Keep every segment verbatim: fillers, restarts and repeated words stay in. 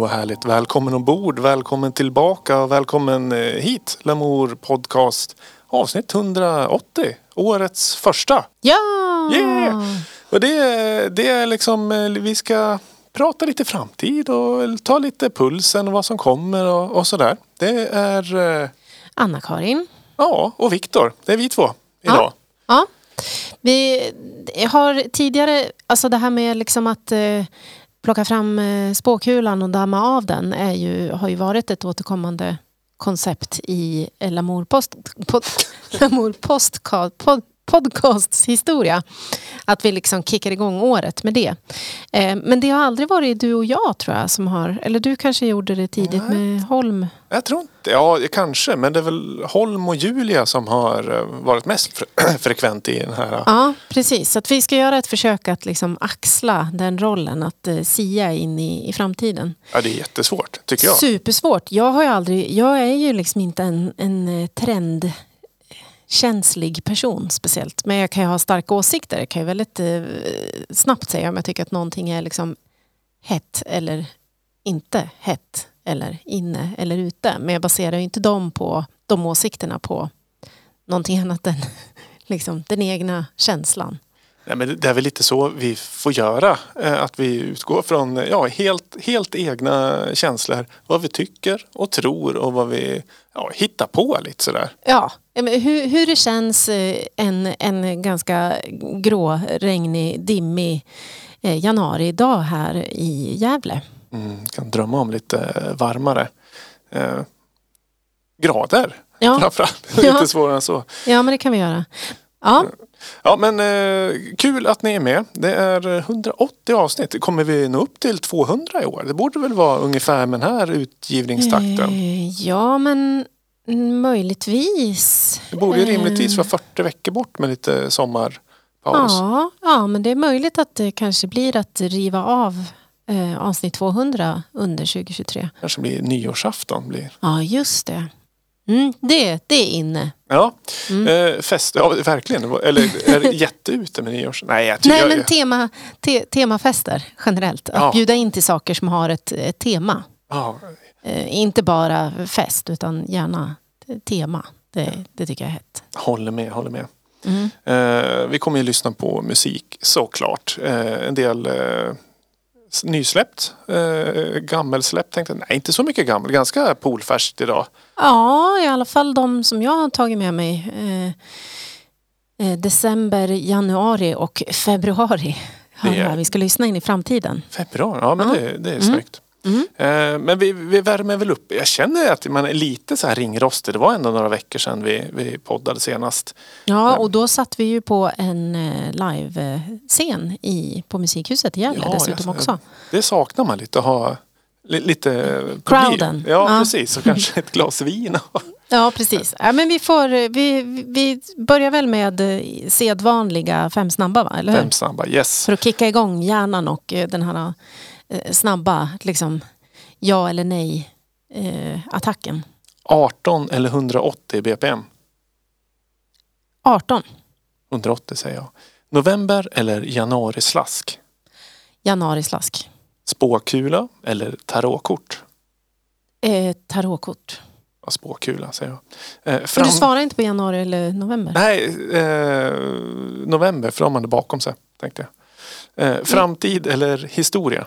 vad härligt. Välkommen ombord, välkommen tillbaka och välkommen hit. Lamour podcast avsnitt hundraåttio, årets första. Ja! Yeah! Och det, det är liksom, vi ska prata lite framtid och ta lite pulsen och vad som kommer och, och sådär. Det är Anna-Karin. Ja, och Viktor. Det är vi två idag. Ja, ja. Vi har tidigare, alltså det här med liksom att eh, plocka fram eh, spåkulan och damma av den är ju, har ju varit ett återkommande koncept i Lamour post, pod, Lamour postcard, pod, podcasts historia. Att vi liksom kickar igång året med det. Eh, men det har aldrig varit du och jag, tror jag, som har, eller du kanske gjorde det tidigt Nej. med Holm. Jag tror inte, ja kanske, men det är väl Holm och Julia som har varit mest fre- frekvent i den här. Ja, precis. Så att vi ska göra ett försök att liksom axla den rollen, att uh, sia in i, i framtiden. Ja, det är jättesvårt, tycker jag. Supersvårt. Jag har ju aldrig, jag är ju liksom inte en, en trend känslig person speciellt. Men jag kan ju ha starka åsikter. Jag kan ju väldigt eh, snabbt säga om jag tycker att någonting är liksom hett eller inte hett. Eller inne eller ute. Men jag baserar ju inte dem på de åsikterna på någonting annat än liksom, den egna känslan. Nej, men det är väl lite så vi får göra. Att vi utgår från ja, helt, helt egna känslor. Vad vi tycker och tror och vad vi ja, hittar på lite sådär. Ja, hur, hur det känns en, en ganska grå, regnig, dimmig januari-dag här i Gävle. Mm, kan drömma om lite varmare eh, grader. Ja. Framförallt. Lite Ja. svårare än så. Ja, men det kan vi göra. Ja. Ja, men eh, kul att ni är med. Det är hundraåttio avsnitt. Kommer vi nå upp till tvåhundra i år? Det borde väl vara ungefär med den här utgivningstakten. Eh, ja, men möjligtvis. Det borde ju rimligtvis vara fyrtio veckor bort med lite sommarpaus. Ja, ja, men det är möjligt att det kanske blir att riva av eh, avsnitt tvåhundra under tjugohundratjugotre. Kanske blir nyårsafton. Blir. Ja, just det. Mm, det, det är inne. Ja, mm. eh, fest. Ja, verkligen. Eller är det jätteute med nyårs? Nej, jag Nej jag, men tema, te, temafester generellt. Att ja. bjuda in till saker som har ett, ett tema. Ja. Eh, inte bara fest utan gärna tema. Det, det tycker jag är hett. Håller med, håller med. Mm. Eh, vi kommer ju lyssna på musik såklart. Eh, en del eh, nysläppt, eh, gammelsläppt tänkte jag. Nej, inte så mycket gammel. Ganska poolfärskt idag. Ja, i alla fall de som jag har tagit med mig. Eh, eh, december, januari och februari. Det är... Vi ska lyssna in i framtiden. Februari, ja men ja. Det, det är mm. snyggt. Mm. Eh, men vi, vi värmer väl upp. Jag känner att man är lite så här ringrostig. Det var ändå några veckor sedan vi, vi poddade senast. Ja, och då satt vi ju på en eh, live-scen i, på Musikhuset i Gävle ja, dessutom jag, också. Det saknar man lite att ha lite crowden. Ja, ja, precis. Och kanske ett glas vin. Ja, precis. Ja, men vi, får, vi, vi börjar väl med sedvanliga fem snabba, va? Eller hur? Fem snabba, yes. För att kicka igång hjärnan och den här eh, snabba liksom, ja eller nej eh, attacken. arton eller hundraåttio B P M? arton. hundraåttio säger jag. November eller januari-slask? Januari-slask. Spåkula eller tarotkort? Eh, tarotkort. Ja, spåkula säger jag. Eh, fram... Men du svarar inte på januari eller november? Nej, eh, november för de hade bakom sig, tänkte jag. Eh, framtid mm. eller historia?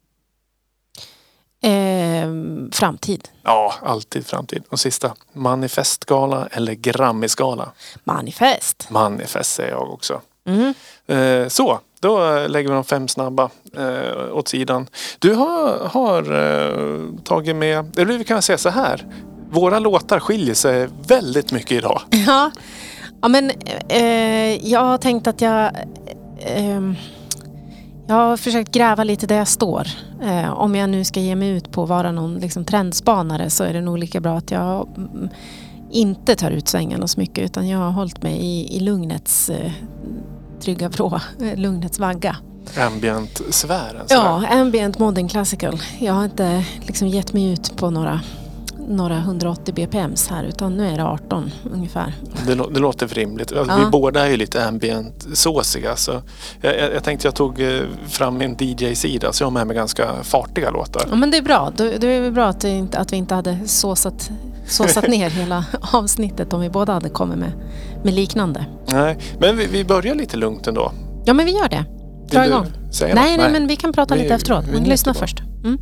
Eh, framtid. Ja, alltid framtid. Och sista, manifestgala eller Grammisgala? Manifest. Manifest säger jag också. Mm. Eh, så, då lägger vi de fem snabba eh, åt sidan. Du har, har eh, tagit med, eller vi kan säga så här. Våra låtar skiljer sig väldigt mycket idag. Ja, ja men eh, jag har tänkt att jag... Eh, Jag har försökt gräva lite där jag står. Eh, om jag nu ska ge mig ut på att vara någon liksom, trendspanare så är det nog lika bra att jag mm, inte tar ut svängarna så mycket utan jag har hållit mig i, i lugnets eh, trygga vrå, eh, lugnets vagga. Ambient-sfären? Ja, ambient modern classical. Jag har inte liksom, gett mig ut på några, några hundraåttio B P Ms här utan nu är det arton ungefär. Det, det låter för rimligt. Alltså, Ja. Vi båda är ju lite ambient-såsiga. Så jag, jag, jag tänkte jag tog fram min D J-sida så jag har med mig ganska fartiga låtar. Ja, men det är bra. Det är väl bra att, det inte, att vi inte hade såsat, såsat ner hela avsnittet om vi båda hade kommit med, med liknande. Nej, men vi, vi börjar lite lugnt ändå. Ja, men vi gör det. Dra Vill igång. du säga Nej, något? nej, men vi kan prata Vi- lite efteråt. vi Men njuter lyssna bara. först. Mm.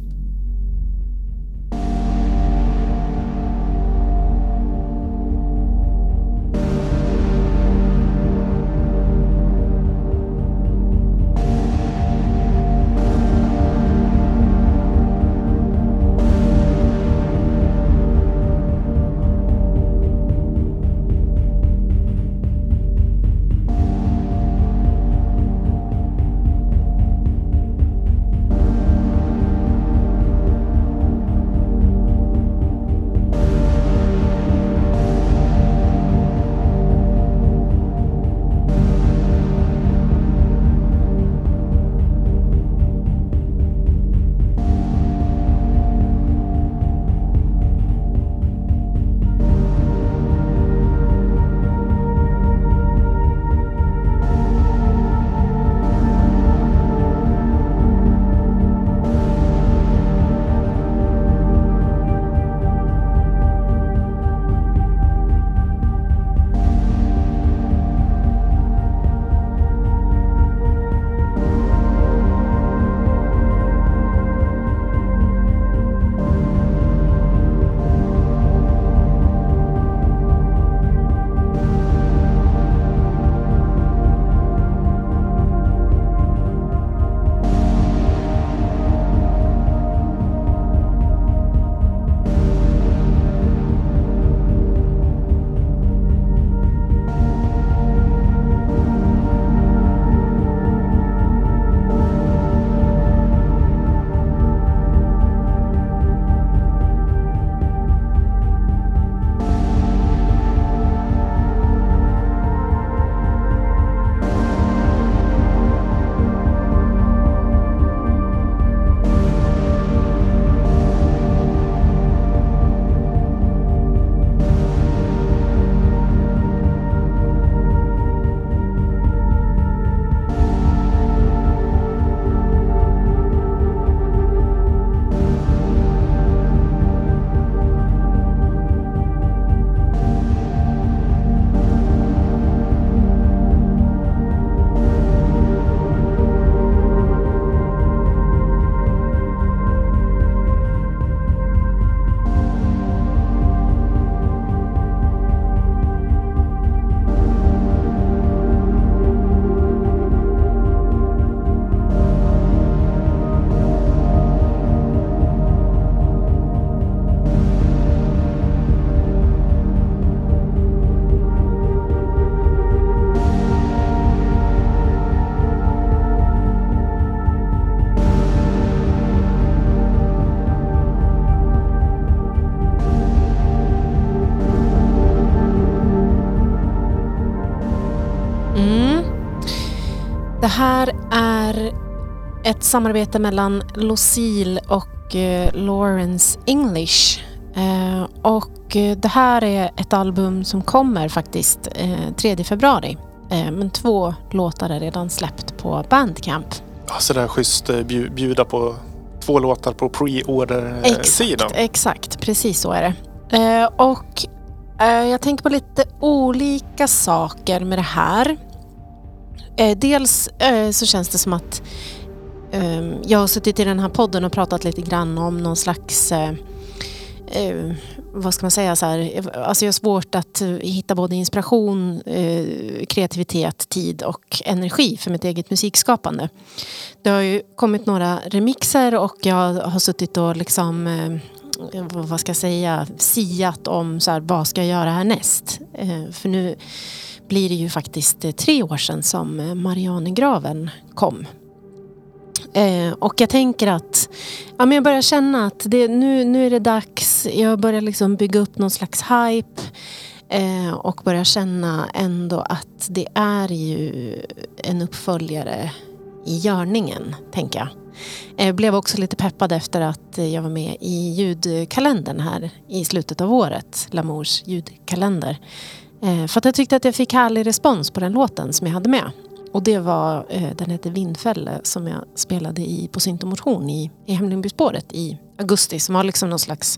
Det här är ett samarbete mellan Lucille och eh, Lawrence English. Eh, och eh, det här är ett album som kommer faktiskt eh, tredje februari. Eh, men två låtar är redan släppt på Bandcamp. Ja, så där schysst eh, bju- bjuda på två låtar på pre-order-sidan. Exakt, exakt, precis så är det. Eh, och eh, jag tänker på lite olika saker med det här. Eh, dels eh, så känns det som att eh, jag har suttit i den här podden och pratat lite grann om någon slags eh, eh, vad ska man säga så här, alltså jag har svårt att hitta både inspiration, eh, kreativitet, tid och energi för mitt eget musikskapande. Det har ju kommit några remixer och jag har suttit och liksom eh, vad ska jag säga, siat om så här, vad ska jag göra härnäst? Eh, för nu blir det ju faktiskt eh, tre år sedan som Marianergraven kom. Eh, och jag tänker att ja, men jag börjar känna att det, nu, nu är det dags. Jag börjar liksom bygga upp någon slags hype eh, och börjar känna ändå att det är ju en uppföljare i görningen, tänker jag. Jag blev också lite peppad efter att jag var med i ljudkalendern här i slutet av året. Lamours ljudkalender. För att jag tyckte att jag fick härlig respons på den låten som jag hade med. Och det var, den hette Vindfälle, som jag spelade i på Synt och Motion i, i Hemlingbyspåret i augusti. Som var liksom någon slags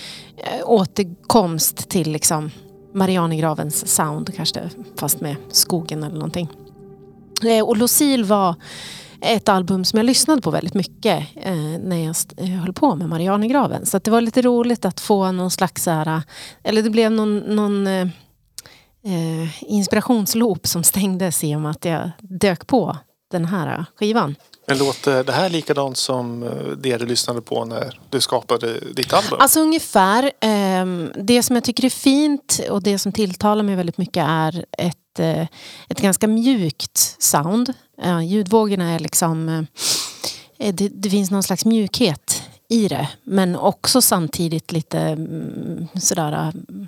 återkomst till liksom Marianegravens sound kanske, fast med skogen eller någonting. Och Lucille var ett album som jag lyssnade på väldigt mycket eh, när jag st- höll på med Marianegraven. Så att det var lite roligt att få någon slags här, eller det blev någon, någon eh, inspirationsloop som stängdes i och med att jag dök på den här skivan. Men låter det här likadant som det du lyssnade på när du skapade ditt album? Alltså ungefär. Eh, det som jag tycker är fint och det som tilltalar mig väldigt mycket är ett, eh, ett ganska mjukt sound. Eh, ljudvågorna är liksom... Eh, det, det finns någon slags mjukhet i det. Men också samtidigt lite mm, sådär... Mm,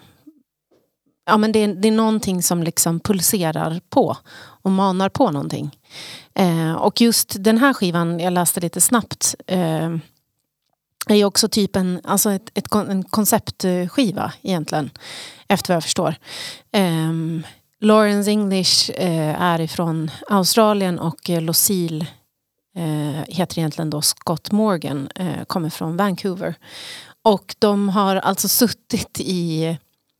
ja, men det är, det är någonting som liksom pulserar på och manar på någonting. Eh, och just den här skivan, jag läste lite snabbt, eh, är ju också typ en, alltså ett, ett, en konceptskiva egentligen, efter vad jag förstår. Eh, Lawrence English eh, är ifrån Australien och eh, Lucille eh, heter egentligen då Scott Morgan, eh, kommer från Vancouver. Och de har alltså suttit i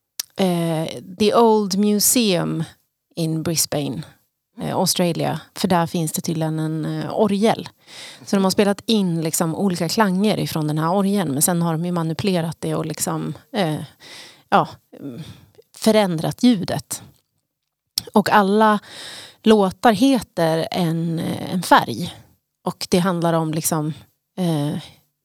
Uh, The Old Museum in Brisbane, uh, Australia. För där finns det tydligen en uh, orgel. Så de har spelat in liksom olika klanger ifrån den här orgeln. Men sen har de ju manipulerat det och liksom uh, ja, förändrat ljudet. Och alla låtar heter en, en färg. Och det handlar om liksom uh,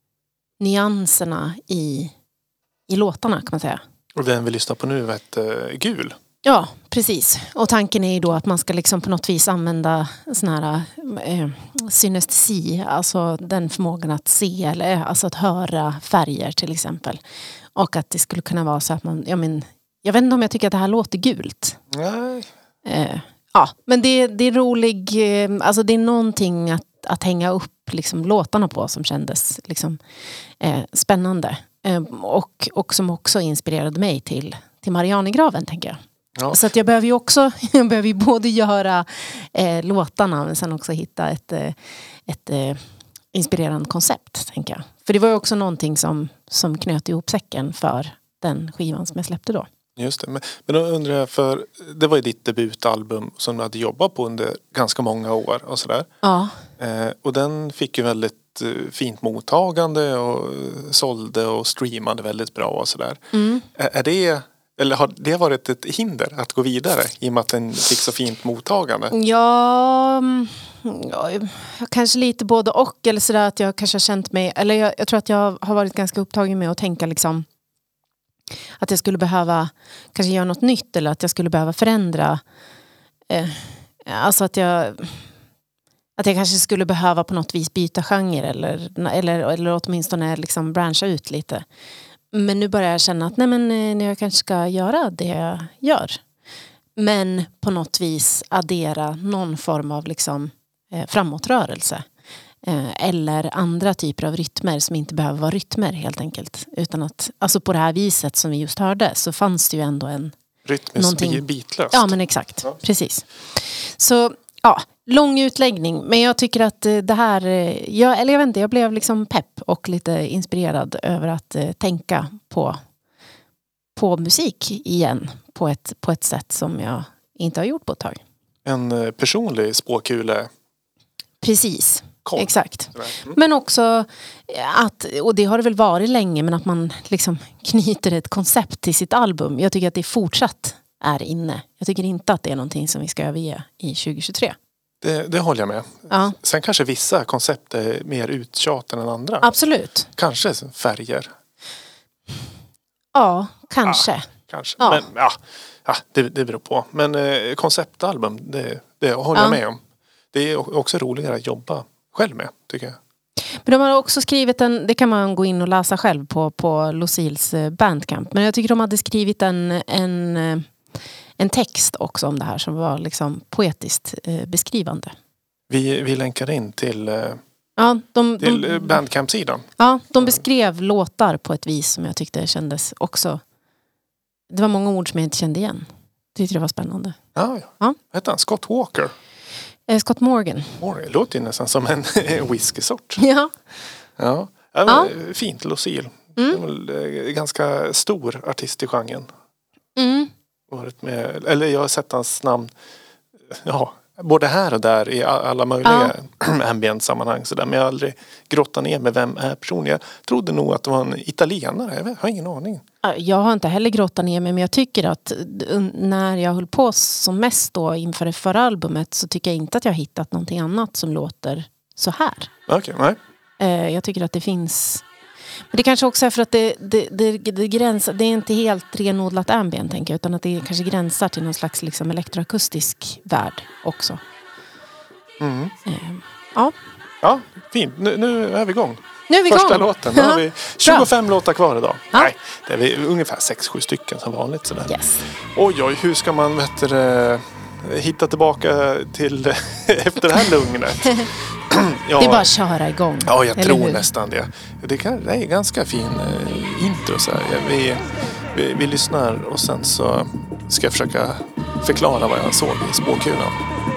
nyanserna i, i låtarna, kan man säga. Och den vi lyssnar på nu är ett uh, gul. Ja, precis. Och tanken är ju då att man ska liksom på något vis använda sån här eh, synestesi, alltså den förmågan att se eller alltså att höra färger till exempel. Och att det skulle kunna vara så att man, jag men, jag vet inte om jag tycker att det här låter gult. Nej. Eh, ja, men det, det är rolig, eh, alltså det är någonting att, att hänga upp liksom låtarna på som kändes liksom eh, spännande. Eh, och, och som också inspirerade mig till, till Marianegraven, tänker jag. Ja. Så att jag behöver ju också jag behöver ju både göra eh, låtarna men sen också hitta ett, eh, ett eh, inspirerande koncept, tänker jag. För det var ju också någonting som, som knöt ihop säcken för den skivan som jag släppte då. Just det, men, men då undrar jag, för det var ju ditt debutalbum som du hade jobbat på under ganska många år och sådär. Ja. Eh, och den fick ju väldigt eh, fint mottagande och sålde och streamade väldigt bra och sådär. Mm. Är, är det... Eller har det varit ett hinder att gå vidare i och med att den fick så fint mottagande? Ja, ja kanske lite både och. Eller sådär att jag kanske har känt mig... Eller jag, jag tror att jag har varit ganska upptagen med att tänka liksom... Att jag skulle behöva kanske göra något nytt. Eller att jag skulle behöva förändra. Eh, alltså att jag... Att jag kanske skulle behöva på något vis byta genre. Eller, eller, eller åtminstone liksom branscha ut lite. Men nu börjar jag känna att nej, men jag kanske ska göra det jag gör. Men på något vis addera någon form av liksom, eh, framåtrörelse. Eh, eller andra typer av rytmer som inte behöver vara rytmer helt enkelt. Utan att, alltså på det här viset som vi just hörde så fanns det ju ändå en... Rytmiskt beatlöst. Ja, men exakt. Ja. Precis. Så... Ja, lång utläggning. Men jag tycker att det här... Jag, eller jag vet inte, jag blev liksom pepp och lite inspirerad över att uh, tänka på, på musik igen. På ett, på ett sätt som jag inte har gjort på ett tag. En uh, personlig spåkule. Precis, Kom. Exakt. Mm. Men också att, och det har det väl varit länge, men att man liksom knyter ett koncept till sitt album. Jag tycker att det fortsatt är inne. Jag tycker inte att det är någonting som vi ska överge i tjugohundratjugotre. Det, det håller jag med. Ja. Sen kanske vissa koncept är mer uttjatade än andra. Absolut. Kanske färger. Ja, kanske. Ja, kanske. Ja. Men ja, ja det, det beror på. Men eh, konceptalbum, det, det håller ja. jag med om. Det är också roligare att jobba själv med, tycker jag. Men de har också skrivit en, det kan man gå in och läsa själv på, på Lucilles Bandcamp. Men jag tycker de hade skrivit en, en, en text också om det här som var liksom poetiskt eh, beskrivande. Vi, vi länkar in till, eh, Ja, de, till de, Bandcamp-sidan. Ja, de beskrev låtar på ett vis som jag tyckte kändes också... Det var många ord som jag inte kände igen. Det tyckte det var spännande. Ja, ja. Ja. Vad heter han? Scott Walker? Eh, Scott Morgan. Morgan. Det låter ju nästan som en whisky-sort. Ja. Ja, ja, Ja. fint. Lucille. Mm. Det är väl eh, ganska stor artist i genren. Mm. Varit med, eller jag har sett hans namn ja, både här och där i alla möjliga ja. ambient-sammanhang. Så där. Men jag har aldrig grottat ner med vem är personen. Jag trodde nog att det var en italienare. Jag har ingen aning. Jag har inte heller grottat ner mig, men jag tycker att när jag höll på som mest då inför det förra albumet så tycker jag inte att jag har hittat någonting annat som låter så här. Okej, okay, nej. Jag tycker att det finns... Men det kanske också är för att det, det, det, det gränsar, det är inte helt renodlat ambient, tänker jag, utan att det kanske gränsar till någon slags liksom elektroakustisk värld också. Mm. Ja. Ja, fint. Nu, nu är vi igång. Nu är vi Första igång. låten. Nu har vi tjugofem Bra. Låtar kvar idag. Ja. Nej, det är vi ungefär sex sju stycken som vanligt. Sådär. Yes. Oj, oj, hur ska man vet du, hitta tillbaka till efter det här lugnet? Ja, det är bara att köra igång. Ja, jag tror hur? nästan det. Det, kan, det är ganska fin eh, intro. Så här. Vi, vi, vi lyssnar och sen så ska jag försöka förklara vad jag såg i spåkulan.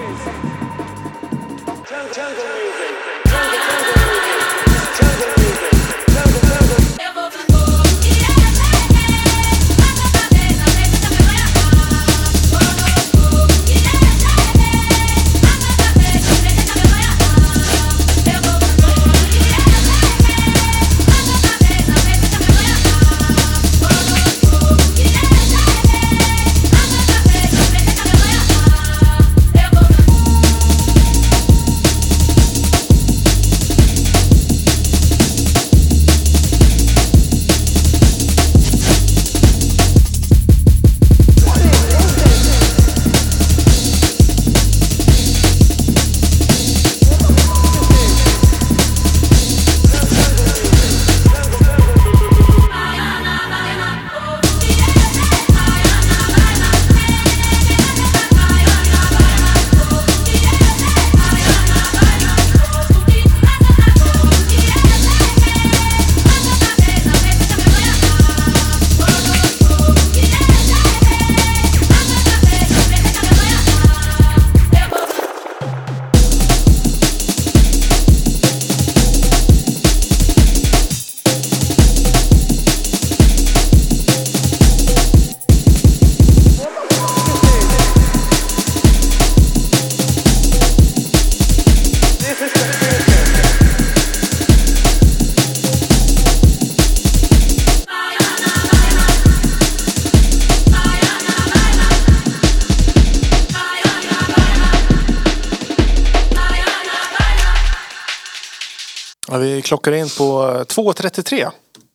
Ja, vi klockar in på två trettiotre.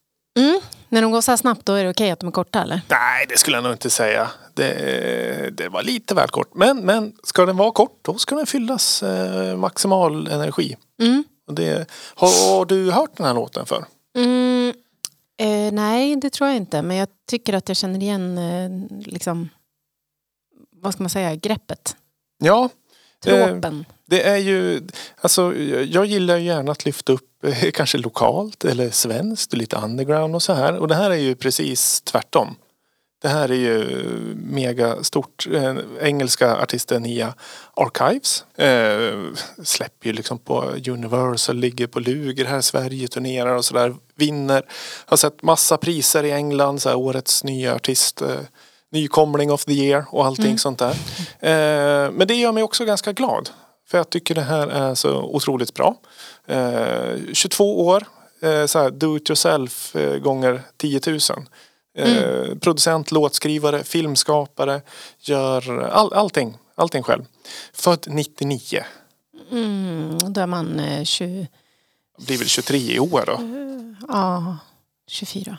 Mm. När de går så här snabbt då är det okej att de är korta, eller? Nej, det skulle jag nog inte säga. Det, det var lite väl kort. Men, men ska den vara kort, då ska den fyllas eh, maximal energi. Mm. Och det, har, har du hört den här låten för? Mm. Eh, nej, det tror jag inte. Men jag tycker att jag känner igen eh, liksom, vad ska man säga, greppet. Ja. Tråpen. Eh, det är ju, alltså jag gillar ju gärna att lyfta upp eh, kanske lokalt eller svenskt och lite underground och så här. Och det här är ju precis tvärtom. Det här är ju mega stort. Eh, engelska artisten Nia Archives eh, släpper ju liksom på Universal, ligger på Luger här i Sverige, turnerar och sådär. Vinner. Har sett massa priser i England, så här, årets nya artist, eh, nykomling of the year och allting mm. sånt där. Eh, men det gör mig också ganska glad. För jag tycker det här är så otroligt bra. Eh, tjugotvå år, eh, så här, do it yourself eh, gånger tio tusen. Eh, mm. Producent, låtskrivare, filmskapare, gör all, allting, allting själv. Född nittionio. Mm, då är man eh, tjugo... Blir väl tjugotre i år då? Uh, ja, tjugofyra.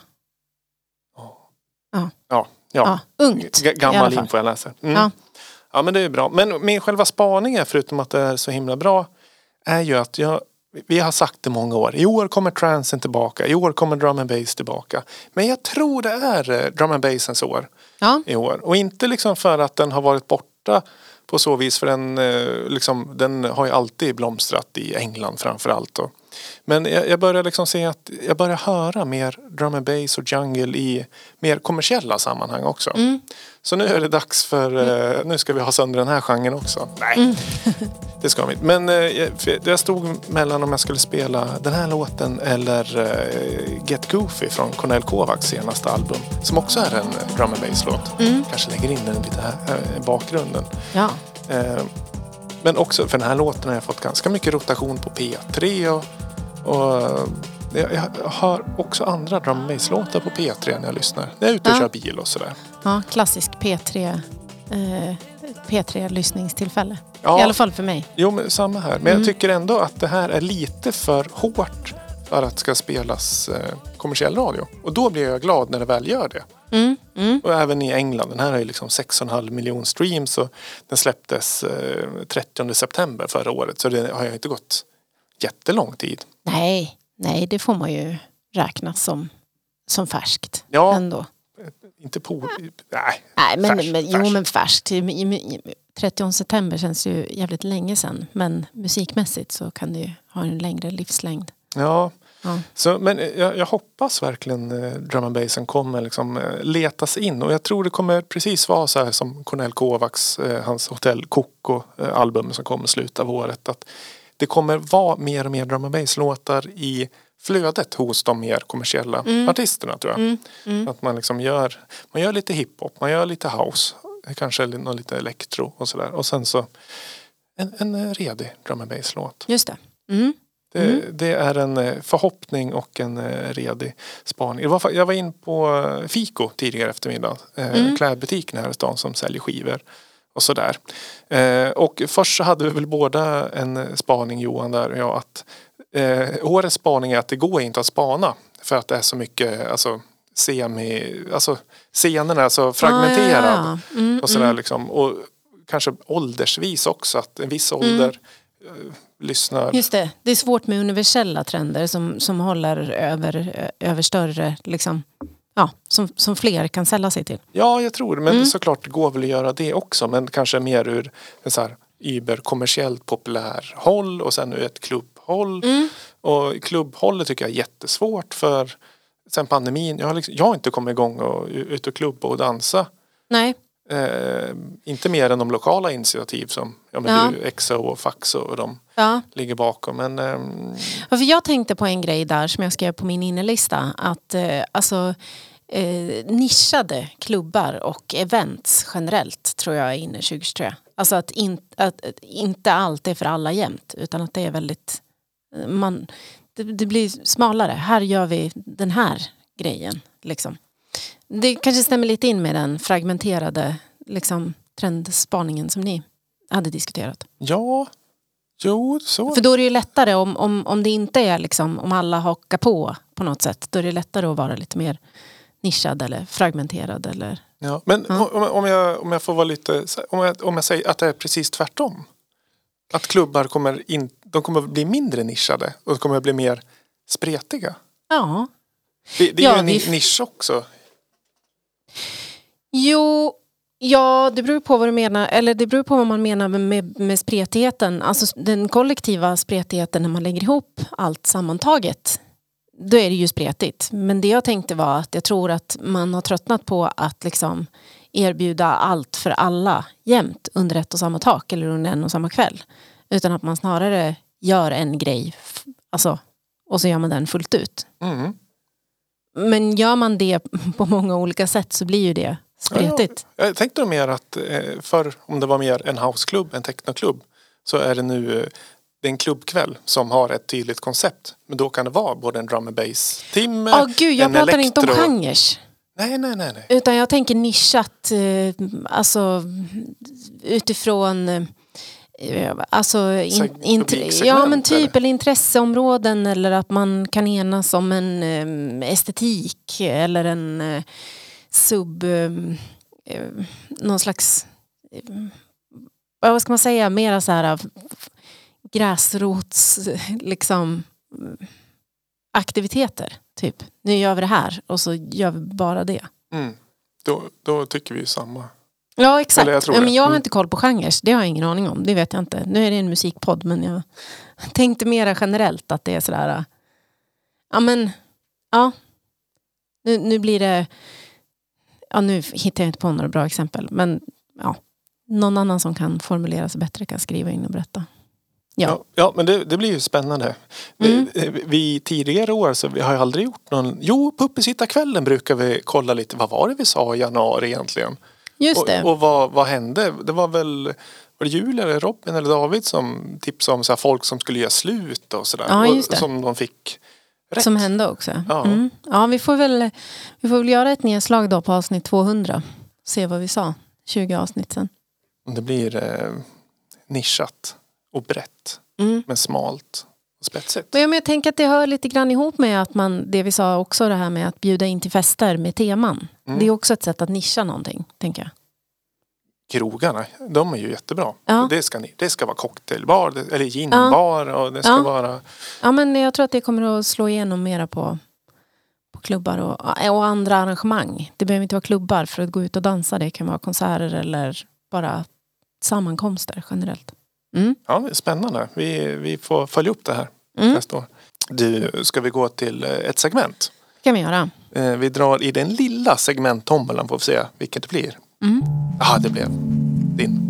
Ja. Ja. Ja, ja. ja ungt. G- gammal info jag läser. Mm. Ja. Ja, men det är bra. Men min själva spaning är, förutom att det är så himla bra, är ju att jag, vi har sagt det många år. I år kommer transen tillbaka. I år kommer drum and bass tillbaka. Men jag tror det är drum and bassens år ja. i år. Och inte liksom för att den har varit borta på så vis. För den, liksom, den har ju alltid blomstrat i England framförallt. Och Men jag, jag börjar liksom se att jag börjar höra mer drum and bass och jungle i mer kommersiella sammanhang också. Mm. Så nu är det dags för, mm. uh, nu ska vi ha sönder den här genren också. Nej, mm. det ska vi inte. Men uh, jag stod mellan om jag skulle spela den här låten eller uh, Get Goofy från Cornel Kovacs senaste album. Som också är en drum and bass-låt. Mm. Kanske lägger in den lite här i uh, bakgrunden. Ja. Uh, men också för den här låten har jag fått ganska mycket rotation på P tre och Och jag har också andra drum and bass-låtar på P tre när jag lyssnar. När jag är ute och ja. kör bil och sådär. Ja, klassisk P tre eh, P tre-lyssningstillfälle. Ja. I alla fall för mig. Jo, men samma här. Men mm. jag tycker ändå att det här är lite för hårt för att det ska spelas eh, kommersiell radio. Och då blir jag glad när det väl gör det. Mm. Mm. Och även i England. Den här har ju liksom sex komma fem miljoner streams och den släpptes eh, trettionde september förra året. Så det har ju inte gått jättelång tid. Nej, nej, det får man ju räkna som, som färskt. Ja, ändå. Inte på... Nej, nej men, färskt, men, jo, men färskt. trettionde september känns ju jävligt länge sedan. Men musikmässigt så kan det ju ha en längre livslängd. Ja, ja. Så, men jag, jag hoppas verkligen eh, drum and bassen kommer liksom, eh, letas in. Och jag tror det kommer precis vara så här som Cornel Kovacs, eh, hans Hotel Coco-album eh, som kommer sluta av året. Att det kommer vara mer och mer drum and bass-låtar i flödet hos de mer kommersiella mm. artisterna, tror jag. Mm. Mm. Att man liksom gör, man gör lite hiphop, man gör lite house, kanske någon lite elektro och sådär. Och sen så en, en redig drum and bass-låt. Just det. Mm. Det, mm. det är en förhoppning och en redig spaning. Var, jag var in på Fiko tidigare eftermiddag. Mm. Klädbutiken här i stan som säljer skivor. Och sådär. Eh, och först så hade vi väl båda en spaning, Johan, där ja, att eh, årets spaning är att det går inte att spana för att det är så mycket alltså, semi, alltså scenerna är så fragmenterad ah, ja, ja. Mm, och sådär mm. liksom. Och kanske åldersvis också, att en viss ålder mm. eh, lyssnar. Just det, det är svårt med universella trender som, som håller över, över större liksom. Ja, som, som fler kan sälja sig till. Ja, jag tror det. Men mm. såklart det går väl att göra det också. Men kanske mer ur en så här überkommersiellt populär håll och sen ur ett klubbhåll. Mm. Och klubbhållet tycker jag är jättesvårt för sen pandemin. Jag har, liksom, jag har inte kommit igång och ut och klubba och dansa. Nej. Eh, inte mer än de lokala initiativ som ja, men ja. du, Exo och Faxo och de ja. ligger bakom. Men, ehm... ja, för jag tänkte på en grej där som jag skrev på min innelista. Att eh, alltså eh, nischade klubbar och events generellt tror jag är inne tjugohundratjugotre. Alltså att, in, att, att inte allt är för alla jämt utan att det är väldigt man, det, det blir smalare. Här gör vi den här grejen liksom. Det kanske stämmer lite in med den fragmenterade liksom, trendspaningen som ni hade diskuterat. Ja, jo, så. För då är det ju lättare om, om, om det inte är liksom, om alla hakar på på något sätt. Då är det lättare att vara lite mer nischad eller fragmenterad. Eller, ja, men ja. Om, om, jag, om jag får vara lite, om jag, om jag säger att det är precis tvärtom. Att klubbar kommer, in, de kommer bli mindre nischade och de kommer bli mer spretiga. Ja. Det, det är ja, ju en vi... nisch också. Jo, ja, det beror på vad du menar. Eller det beror på vad man menar med, med spretigheten. Alltså den kollektiva spretigheten när man lägger ihop allt sammantaget. Då är det ju spretigt. Men det jag tänkte var att jag tror att man har tröttnat på att liksom erbjuda allt för alla jämt under ett och samma tak eller under en och samma kväll. Utan att man snarare gör en grej alltså, och så gör man den fullt ut. Mm. Men gör man det på många olika sätt så blir ju det spretigt. Ja, jag tänkte mer att för om det var mer en houseklubb, en technoklubb så är det nu det är en klubbkväll som har ett tydligt koncept. Men då kan det vara både en drum and bass timme, oh, gud, jag en pratar elektro... inte om genres. Nej, nej, nej, nej. Utan jag tänker nischat alltså utifrån alltså in, int- ja men typ eller? eller intresseområden eller att man kan enas om en um, estetik eller en uh, sub um, uh, någon slags uh, vad ska man säga mera så här gräsrots liksom aktiviteter typ. Nu gör vi det här och så gör vi bara det. Mm. Då, då tycker vi samma. Ja, exakt. Jag, ja, men jag har inte koll på genres. Det har jag ingen aning om. Det vet jag inte. Nu är det en musikpodd, men jag tänkte mera generellt att det är sådär, ja men, ja, nu, nu blir det, ja nu hittar jag inte på några bra exempel, men ja, någon annan som kan formulera sig bättre kan skriva in och berätta. Ja, ja, ja men det, det blir ju spännande. Mm. Vi, vi tidigare år så vi har ju aldrig gjort någon, jo på uppesittarkvällen brukar vi kolla lite, vad var det vi sa i januari egentligen? just det. Och, och vad, vad hände? Det var väl, var det Julia eller Robin eller David som tipsade om så här folk som skulle göra slut och sådär. Ja, just det. Och, som de fick rätt. Som hände också. Ja. Mm. Ja, vi får väl vi får väl göra ett nedslag då på avsnitt tvåhundra. Se vad vi sa. tjugo avsnitt sen. Det blir eh, nischat och brett. Mm. Men smalt och spetsigt. Men jag, men jag tänker att det hör lite grann ihop med att man, det vi sa också, det här med att bjuda in till fester med teman. Mm. Det är också ett sätt att nischa någonting, tänker jag. Krogarna, de är ju jättebra. Ja. Det, ska ni, det ska vara cocktailbar eller ginbar och det ska Ja. vara... Ja, men jag tror att det kommer att slå igenom mera på, på klubbar och, och andra arrangemang. Det behöver inte vara klubbar för att gå ut och dansa. Det kan vara konserter eller bara sammankomster generellt. Mm. Ja, spännande. Vi, vi får följa upp det här Mm. nästa år. Du, ska vi gå till ett segment? Det kan vi göra. Eh, Vi drar i den lilla segmenttombolan för att se vilket det blir. Mm. Jaha, det blev din.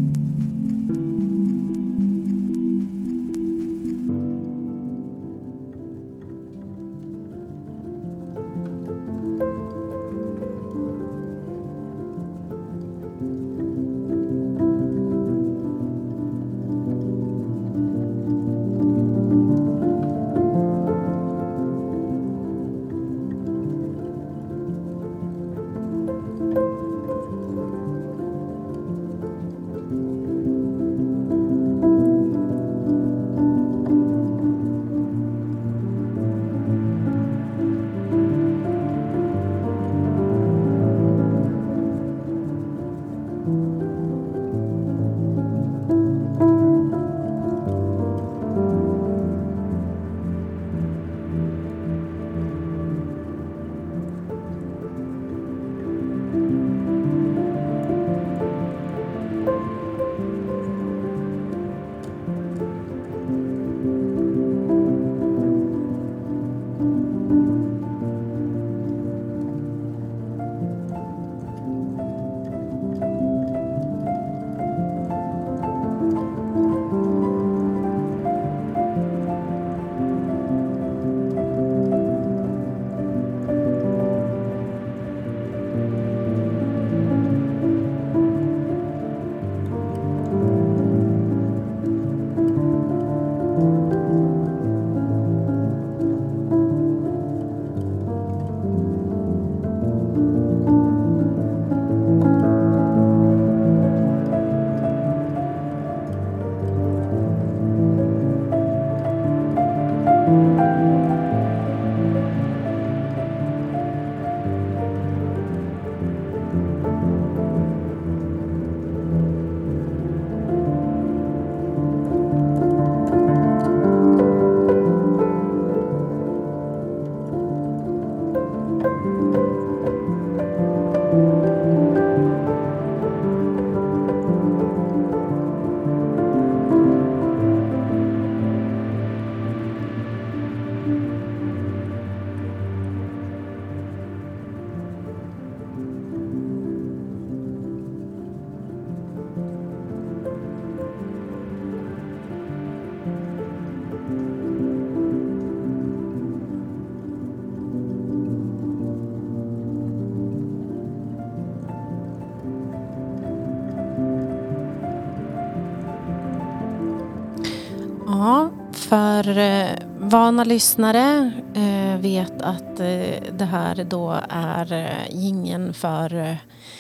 Ja, för eh, vana lyssnare eh, vet att eh, det här då är eh, jingeln för eh,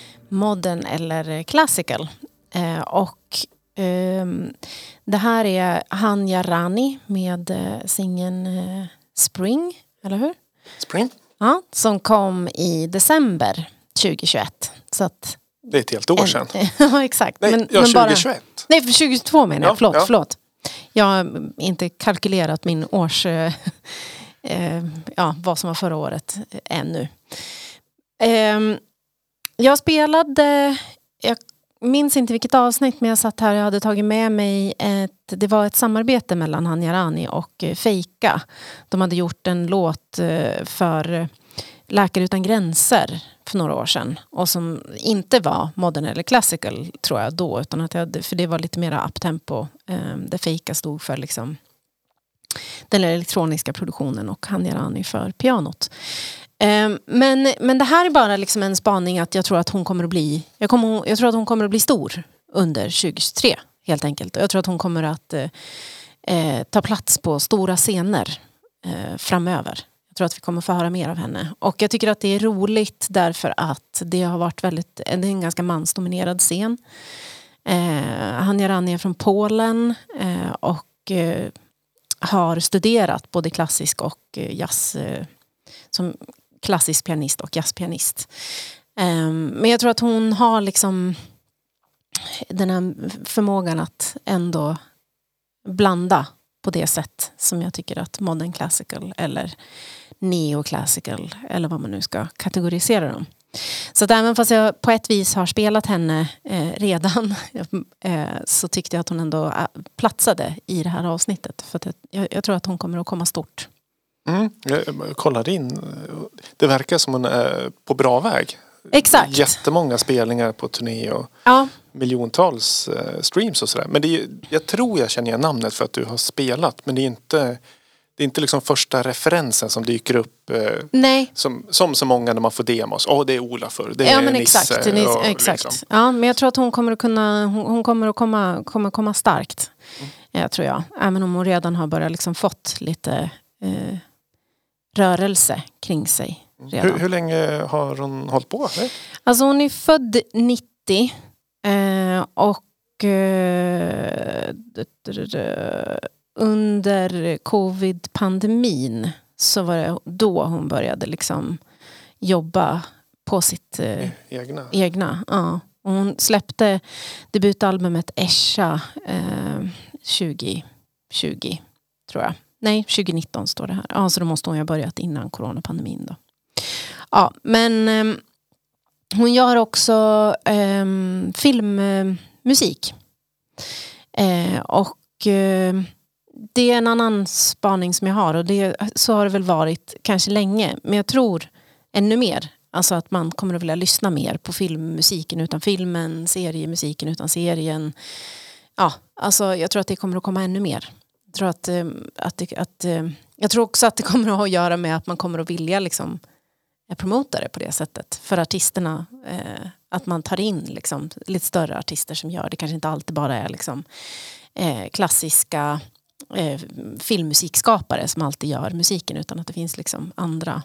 modern eller classical. Eh, och eh, det här är Hanya Rani med eh, singeln eh, Spring, eller hur? Spring. Ja, som kom i december tjugohundratjugoett. Så att, Det är ett helt år sedan. ja, exakt. Nej, men, ja, men bara, tjugohundratjugoett. nej, för tjugohundratjugotvå menar jag. Ja, förlåt, ja. förlåt. Jag har inte kalkylerat min års... Eh, eh, ja, vad som var förra året ännu. Eh, jag spelade... Jag minns inte vilket avsnitt, men jag satt här och jag hade tagit med mig ett, det var ett samarbete mellan Hanya Rani och Feika. De hade gjort en låt för Läkare utan gränser för några år sedan. Och som inte var modern eller classical, tror jag då. Utan att jag, för det var lite mer uptempo. Eh, där Feika stod för liksom den elektroniska produktionen och Hanya Rani för pianot. Eh, men, men det här är bara liksom en spaning att jag tror att hon kommer att bli jag, kommer, jag tror att hon kommer att bli stor under tjugohundratjugotre, helt enkelt. Och jag tror att hon kommer att eh, ta plats på stora scener eh, framöver. Jag tror att vi kommer få höra mer av henne. Och jag tycker att det är roligt därför att det har varit väldigt, det är en ganska mansdominerad scen. Eh, Hanya Rani är från Polen eh, och eh, har studerat både klassisk och eh, jazz eh, som klassisk pianist och jazzpianist. Eh, men jag tror att hon har liksom den här förmågan att ändå blanda på det sätt som jag tycker att modern classical eller neoclassical eller vad man nu ska kategorisera dem. Så att även fast jag på ett vis har spelat henne eh, redan eh, så tyckte jag att hon ändå äh, platsade i det här avsnittet. För att jag, jag tror att hon kommer att komma stort. Mm, jag kollar in. Det verkar som hon är på bra väg. Exakt. Jättemånga spelningar på turné och ja. miljontals eh, streams och sådär. Men det är, jag tror jag känner igen namnet för att du har spelat. Men det är inte, det är inte liksom första referensen som dyker upp. Eh, Nej. Som, som så många när man får demos. Åh, oh, det är Ola för. Det är ja, men Nisse. Exakt. Och, exakt. Liksom. Ja, men jag tror att hon kommer att kunna, hon, hon kommer att komma, kommer komma starkt. Mm. Jag tror jag. Även om hon redan har börjat liksom fått lite eh, rörelse kring sig. Hur, hur länge har hon hållit på? Nej? Alltså hon är född nittio eh, och eh, under covid-pandemin så var det då hon började liksom jobba på sitt eh, egna. egna ja. Och hon släppte debutalbumet Esha eh, tjugo tjugo tror jag. Nej, tjugo nitton står det här. Ja, så då måste hon ju ha börjat innan coronapandemin då. Ja, men eh, hon gör också eh, filmmusik. Eh, och eh, det är en annan spaning som jag har. Och det, så har det väl varit kanske länge. Men jag tror ännu mer. Alltså att man kommer att vilja lyssna mer på filmmusiken utan filmen. Seriemusiken utan serien. Ja, alltså jag tror att det kommer att komma ännu mer. Jag tror, att, att, det, att, jag tror också att det kommer att ha att göra med att man kommer att vilja liksom promota det på det sättet. För artisterna, eh, att man tar in liksom, lite större artister som gör det. Kanske inte alltid bara är liksom, eh, klassiska eh, filmmusikskapare som alltid gör musiken. Utan att det finns liksom andra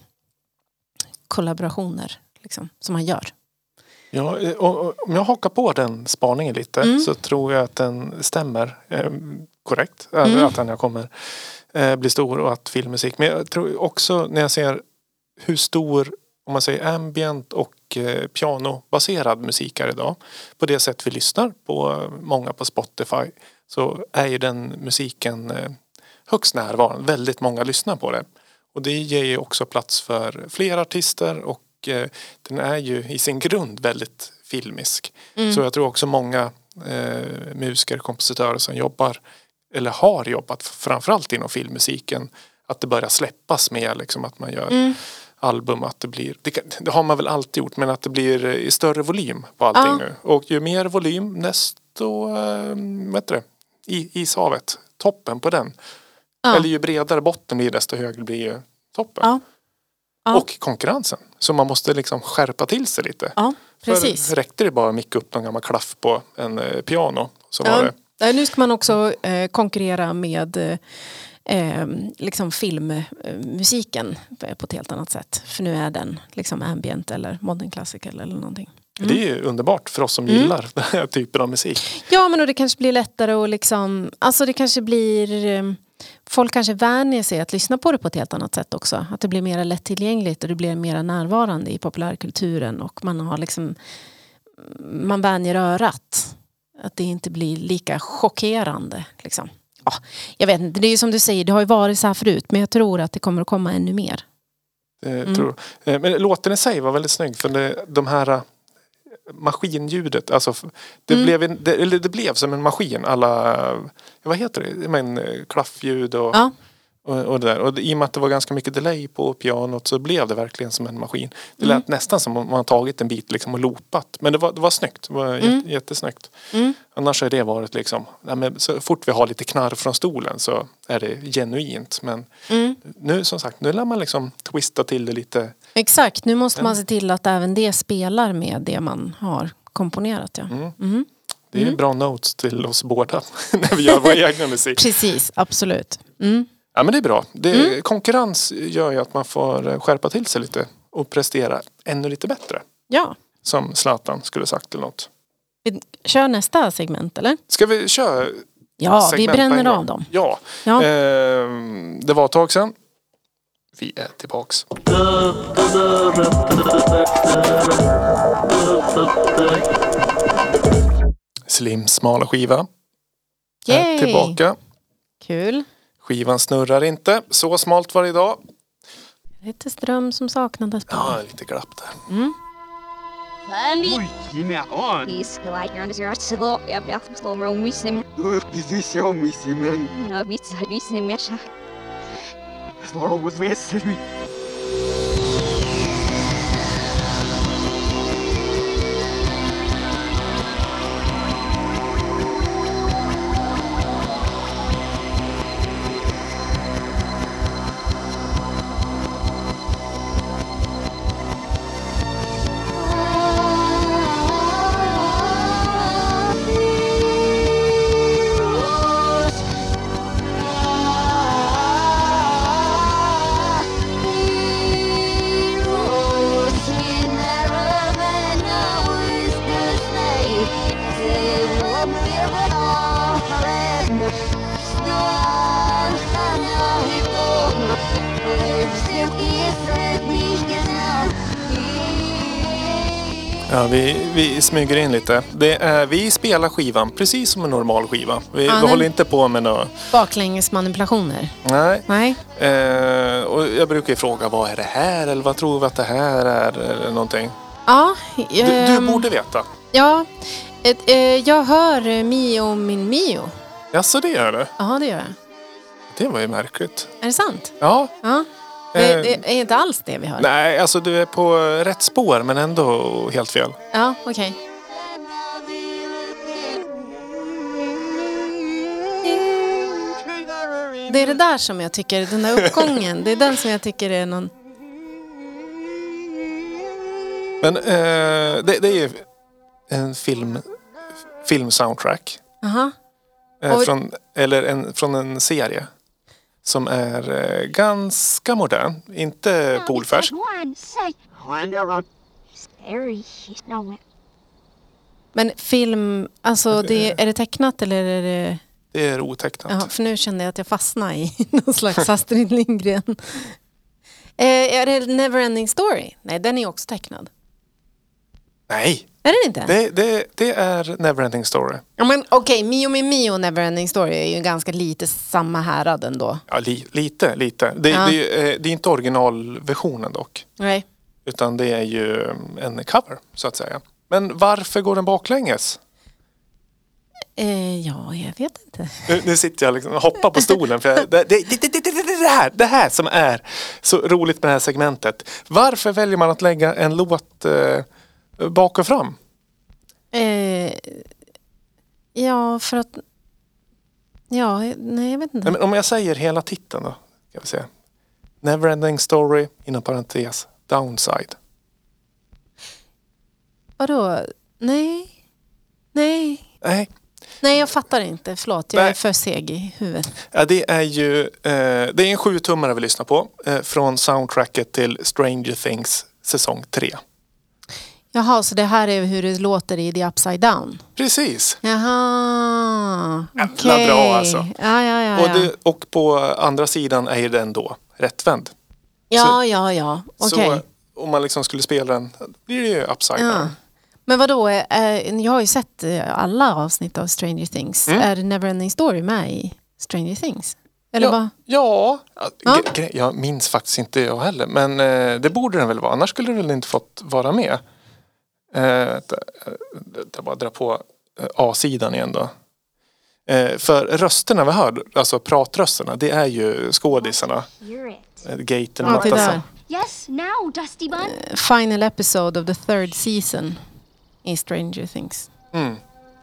kollaborationer liksom, som man gör. Ja, och om jag hakar på den spaningen lite mm. så tror jag att den stämmer eh, korrekt. Mm. Att den kommer eh, bli stor och att filmmusik. Men jag tror också när jag ser hur stor, om man säger ambient och eh, pianobaserad musik är idag. På det sätt vi lyssnar på många på Spotify så är ju den musiken eh, högst närvarande. Väldigt många lyssnar på det. Och det ger ju också plats för fler artister och eh, den är ju i sin grund väldigt filmisk. Mm. Så jag tror också många eh, musiker, kompositörer som jobbar eller har jobbat framförallt inom filmmusiken att det börjar släppas med liksom att man gör mm. album, att det blir, det, det har man väl alltid gjort, men att det blir i större volym på allting ja. nu. Och ju mer volym, desto äh, vet du, i, ishavet, toppen på den. Ja. Eller ju bredare botten blir, desto högre blir ju toppen. Ja. Ja. Och konkurrensen. Så man måste liksom skärpa till sig lite. Ja, precis. För räckte det bara att micka upp någon gammal klaff på en eh, piano så ja. var det. Nu ska man också eh, konkurrera med eh, liksom filmmusiken på ett helt annat sätt. För nu är den liksom ambient eller modern classical eller någonting. Mm. Det är ju underbart för oss som mm. gillar den här typen av musik. Ja, men då det kanske blir lättare och liksom, alltså det kanske blir, folk kanske vänjer sig att lyssna på det på ett helt annat sätt också. Att det blir mer lättillgängligt och det blir mer närvarande i populärkulturen och man har liksom, man vänjer örat. Att det inte blir lika chockerande liksom. Ja, jag vet inte, det är ju som du säger, det har ju varit så här förut, men jag tror att det kommer att komma ännu mer. Mm. Tror. Men låten i sig var väldigt snygg för det, de här maskinljudet. Alltså, det, Mm. blev en, det, eller det blev som en maskin. Alla, vad heter det? Men, klaffljud och, Ja. och, och det där. Och i och med att det var ganska mycket delay på pianot så blev det verkligen som en maskin. Det lät Mm. nästan som om man tagit en bit liksom och loopat. Men det var, det var snyggt. Det var Mm. jätte, jättesnyggt. Mm. Annars har det varit liksom, ja, men så fort vi har lite knarr från stolen så är det genuint. Men Mm. nu som sagt, nu lär man liksom twista till det lite. Exakt, nu måste Men- man se till att även det spelar med det man har komponerat. Ja. Mm. Mm. Det är Mm. bra notes till oss båda när vi gör vår egna musik. Precis, absolut. Mm. Ja, men det är bra. Det, Mm. Konkurrens gör ju att man får skärpa till sig lite och prestera ännu lite bättre. Ja, Som Zlatan skulle sagt eller något. vi kör nästa segment eller? Ska vi köra Ja, vi segment på en bränner gång? av dem. Ja, Ja. Ehm, det var ett tag sedan. Vi är tillbaks. Slim smala skiva är Yay! tillbaka. Kul. Skivan snurrar inte. Så smalt var det idag. Lite ström som saknades. Ja, lite glapp där. Mm. Ой, имя он. He's like you're under your civil. Я бля, слово мы с ним. Пиздец, мы семен. На бит, бит с ним меша. Слово возвестили. Ja, vi, vi smyger in lite. Det är, vi spelar skivan precis som en normal skiva. Vi, Ja, vi den- håller inte på med något. Baklängesmanipulationer. Nej. Nej. Eh, och jag brukar ju fråga, vad är det här? Eller vad tror vi att det här är? Eller någonting. Ja. Du, du ehm, borde veta. Ja. Ett, eh, jag hör eh, Mio min Mio. Jaså, det gör det? Ja, det gör jag. Det var ju märkligt. Är det sant? Ja. Ja. Det, Eh, det är inte alls det vi hör. Nej, alltså du är på rätt spår men ändå helt fel. Ja, okej. Det är det där som jag tycker, den där uppgången, det är den som jag tycker är någon... Men eh, det, det är ju en film, film-soundtrack. Aha. Eh, Oj. från, eller en, från en serie. Som är eh, ganska modern. Inte polfärsk. Wonder Scary. He's no. Men film, alltså det, är det tecknat eller är det... Det är otecknat. Ja, för nu kände jag att jag fastnade i någon slags Astrid Lindgren. Eh, är det Neverending Story? Nej, den är också tecknad. Nej, Är den inte? det, det, det är Neverending Story. Ja, men okej, Mio min Mio Neverending Story är ju ganska lite samma härad ändå. Ja, li, lite, lite. Det, Ja. det, är- det är inte originalversionen dock. Nej. Utan det är ju en cover, så att säga. Men varför går den baklänges? Eh, ja, jag vet inte. Nu, nu sitter jag liksom och hoppar på stolen. För jag, det, det, det, det, det, det, det, här, det här som är så roligt med det här segmentet. Varför väljer man att lägga en låt eh, bak och fram? Eh, ja, för att... Ja, nej, jag vet inte. Nej, men om jag säger hela titeln då. Ska vi se. Neverending Story, inom parentes, Downside. Vadå? Nej. Nej. Nej, Nej, jag fattar inte. Förlåt, jag är Nej. för seg i huvudet. ja, det är ju eh, det är en sjutummare vi lyssnar på. Eh, från soundtracket till Stranger Things säsong tre. Jaha, så det här är hur det låter i The Upside Down? Precis. Jaha, Jävla okej. bra, alltså. Ja, ja, ja. Och, Ja, det, och på andra sidan är ju den då rättvänd. ja, ja. ja. Okej. Så om man liksom skulle spela den blir det ju upside Ja. down. Men vadå, eh, jag har ju sett eh, alla avsnitt av Stranger Things. Mm. Är Neverending Story med i Stranger Things? Eller Ja, vad? ja. Ja. Gre- gre- jag minns faktiskt inte jag heller. Men eh, det borde den väl vara. Annars skulle den väl inte fått vara med. Eh, jag bara dra på A-sidan igen då. Eh, för rösterna vi hör, alltså pratrösterna, det är ju skådisarna. Hear it. Eh, Gaten Ja, och det Matassa. där. Yes, now, Dusty Bun. Eh, Final episode of the third season i Stranger Things. Mm.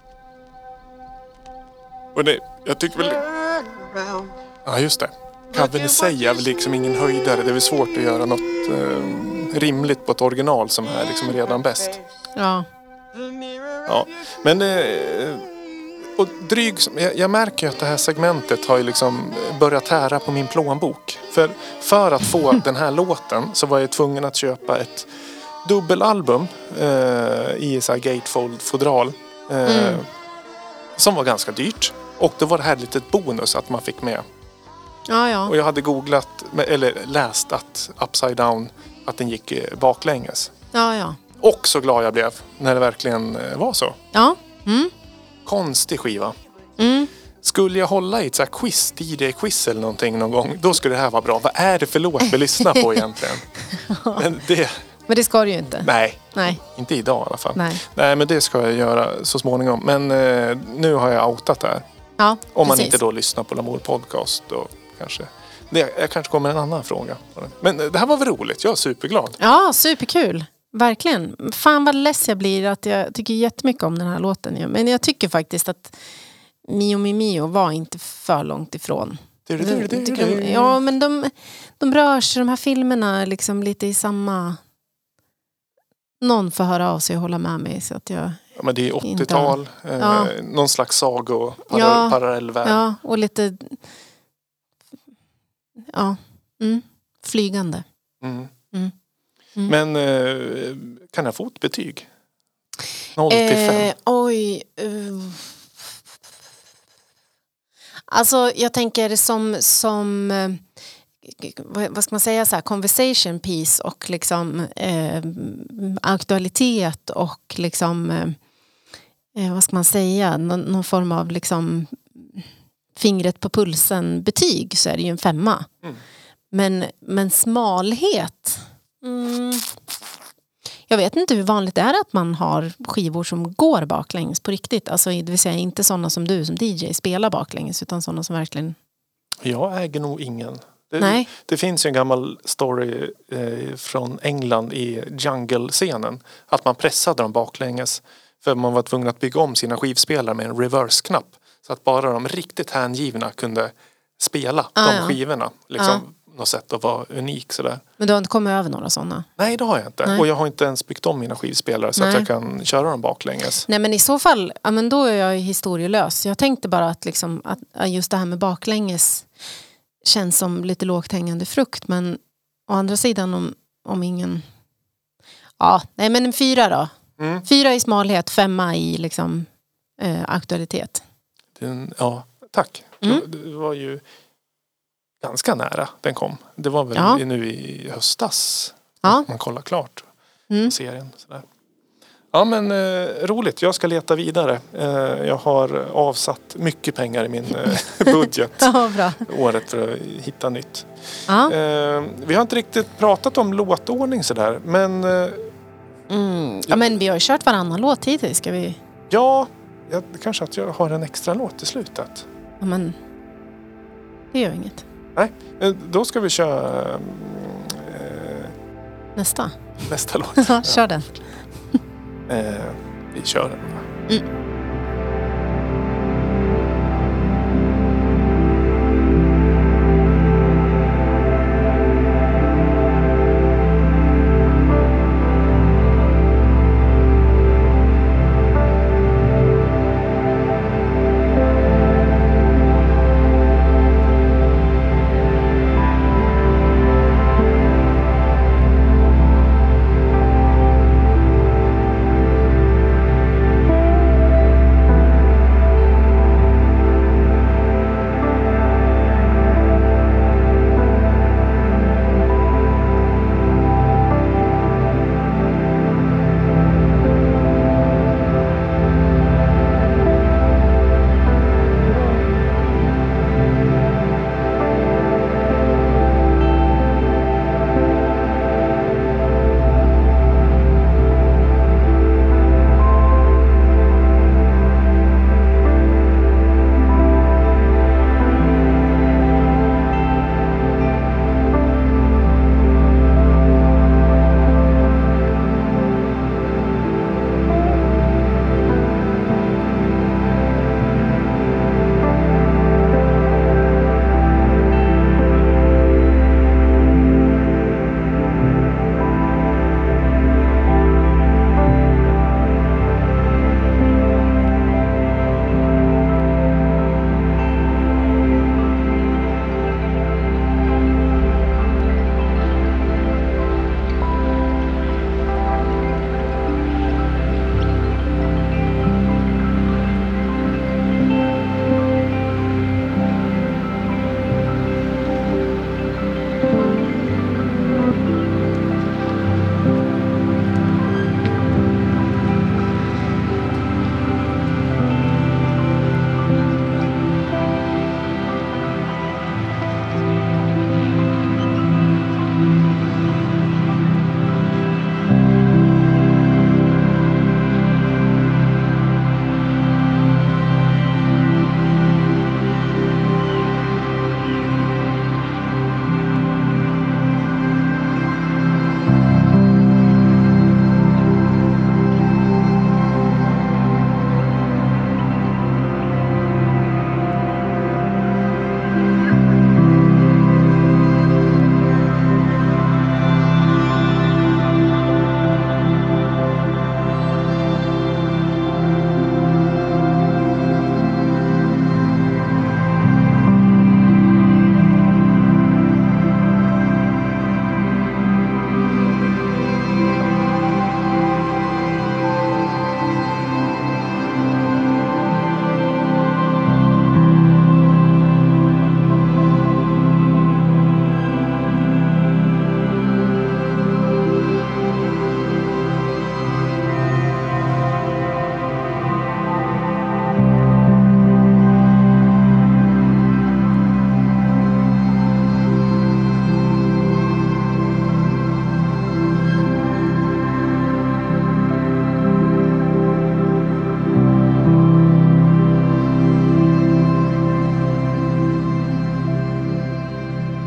Och det, jag tycker väl... Ja, just det. Covern i sig är väl liksom ingen höjdare. Det är väl svårt att göra något eh, rimligt på ett original som är liksom redan bäst. Ja. Ja, men... Eh, och dryg, jag, jag märker ju att det här segmentet har ju liksom börjat tära på min plånbok. För, för att få den här låten så var jag tvungen att köpa ett dubbelalbum eh, i så här gatefold-fodral. Eh, Mm. Som var ganska dyrt. Och då var det här lite ett bonus att man fick med. Ja, ja. Och jag hade googlat, eller läst att Upside Down, att den gick eh, baklänges. Ja, ja. Och så glad jag blev när det verkligen eh, var så. Ja. Mm. Konstig skiva. Mm. Skulle jag hålla i ett så här quiz, D J-quiz eller någonting någon gång, då skulle det här vara bra. Vad är det för låt vi lyssnar på egentligen? Men det, Men det ska du ju inte. nej, Nej. inte idag i alla fall. Nej. Nej, men det ska jag göra så småningom. Men eh, nu har jag outat det här. Ja, Om man precis. inte då lyssnar på Lamour Podcast då kanske. Det, jag kanske kommer en annan fråga. Men det här var väl roligt. Jag är superglad. Ja, superkul. Verkligen. Fan vad less jag blir att jag tycker jättemycket om den här låten. ju. Men jag tycker faktiskt att Mio Mio Mio var inte för långt ifrån. Du, du, du, du, Tycker du. de- Ja, men de, de rör sig, de här filmerna, liksom lite i samma... Någon får höra av sig och hålla med mig så att jag... Ja, men det är Inte. åttiotal. Eh, Ja. Någon slags sago, para, Ja. parallellvärld. Ja, och lite... Ja, mm, flygande. Mm. Mm. Mm. Men eh, kan jag få ett betyg? noll till fem. Eh, oj. Uh. Alltså jag tänker som, som eh, vad vad ska man säga, så här, conversation piece och liksom eh, aktualitet och liksom eh, vad ska man säga, Nå, någon form av liksom fingret på pulsen betyg, så är det ju en femma. Mm. Men, men smalhet, mm, jag vet inte hur vanligt det är att man har skivor som går baklänges på riktigt. Alltså, det vill säga inte sådana som du som D J spelar baklänges, utan sådana som verkligen... Jag äger nog ingen. Det, Nej. det finns ju en gammal story eh, från England i jungle-scenen. Att man pressade dem baklänges. För man var tvungen att bygga om sina skivspelare med en reverse-knapp. Så att bara de riktigt hängivna kunde spela Ah, de ja. skivorna. Liksom något sätt att vara unik sådär. Men du har inte kommit över några sådana? Nej, det har jag inte. Nej. Och jag har inte ens byggt om mina skivspelare så Nej. att jag kan köra dem baklänges. Nej, men i så fall, ja, men då är jag ju historielös. Jag tänkte bara att, liksom, att ja, just det här med baklänges känns som lite lågt hängande frukt. Men å andra sidan om, om ingen... Ja, nej men en fyra då. Mm. Fyra i smalhet, femma i liksom, eh, aktualitet. Den, ja, tack. Mm. Det, det var ju ganska nära den kom. Det var väl Ja. nu i höstas. Ja. Man kollar klart Mm. serien. Sådär. Ja, men eh, roligt. Jag ska leta vidare. Eh, jag har avsatt mycket pengar i min eh, budget Ja, bra. året för att hitta nytt. Ja. Eh, vi har inte riktigt pratat om låtordning sådär. Men eh, Mm. Ja, men vi har ju kört varannan låt hittills. Ska vi... ja, jag, kanske att jag har en extra låt i slutet. Ja, men det gör inget. Nej, eh, då ska vi köra eh, Nästa. nästa låt. Ja, kör den. Eh, vi kör den. Mm.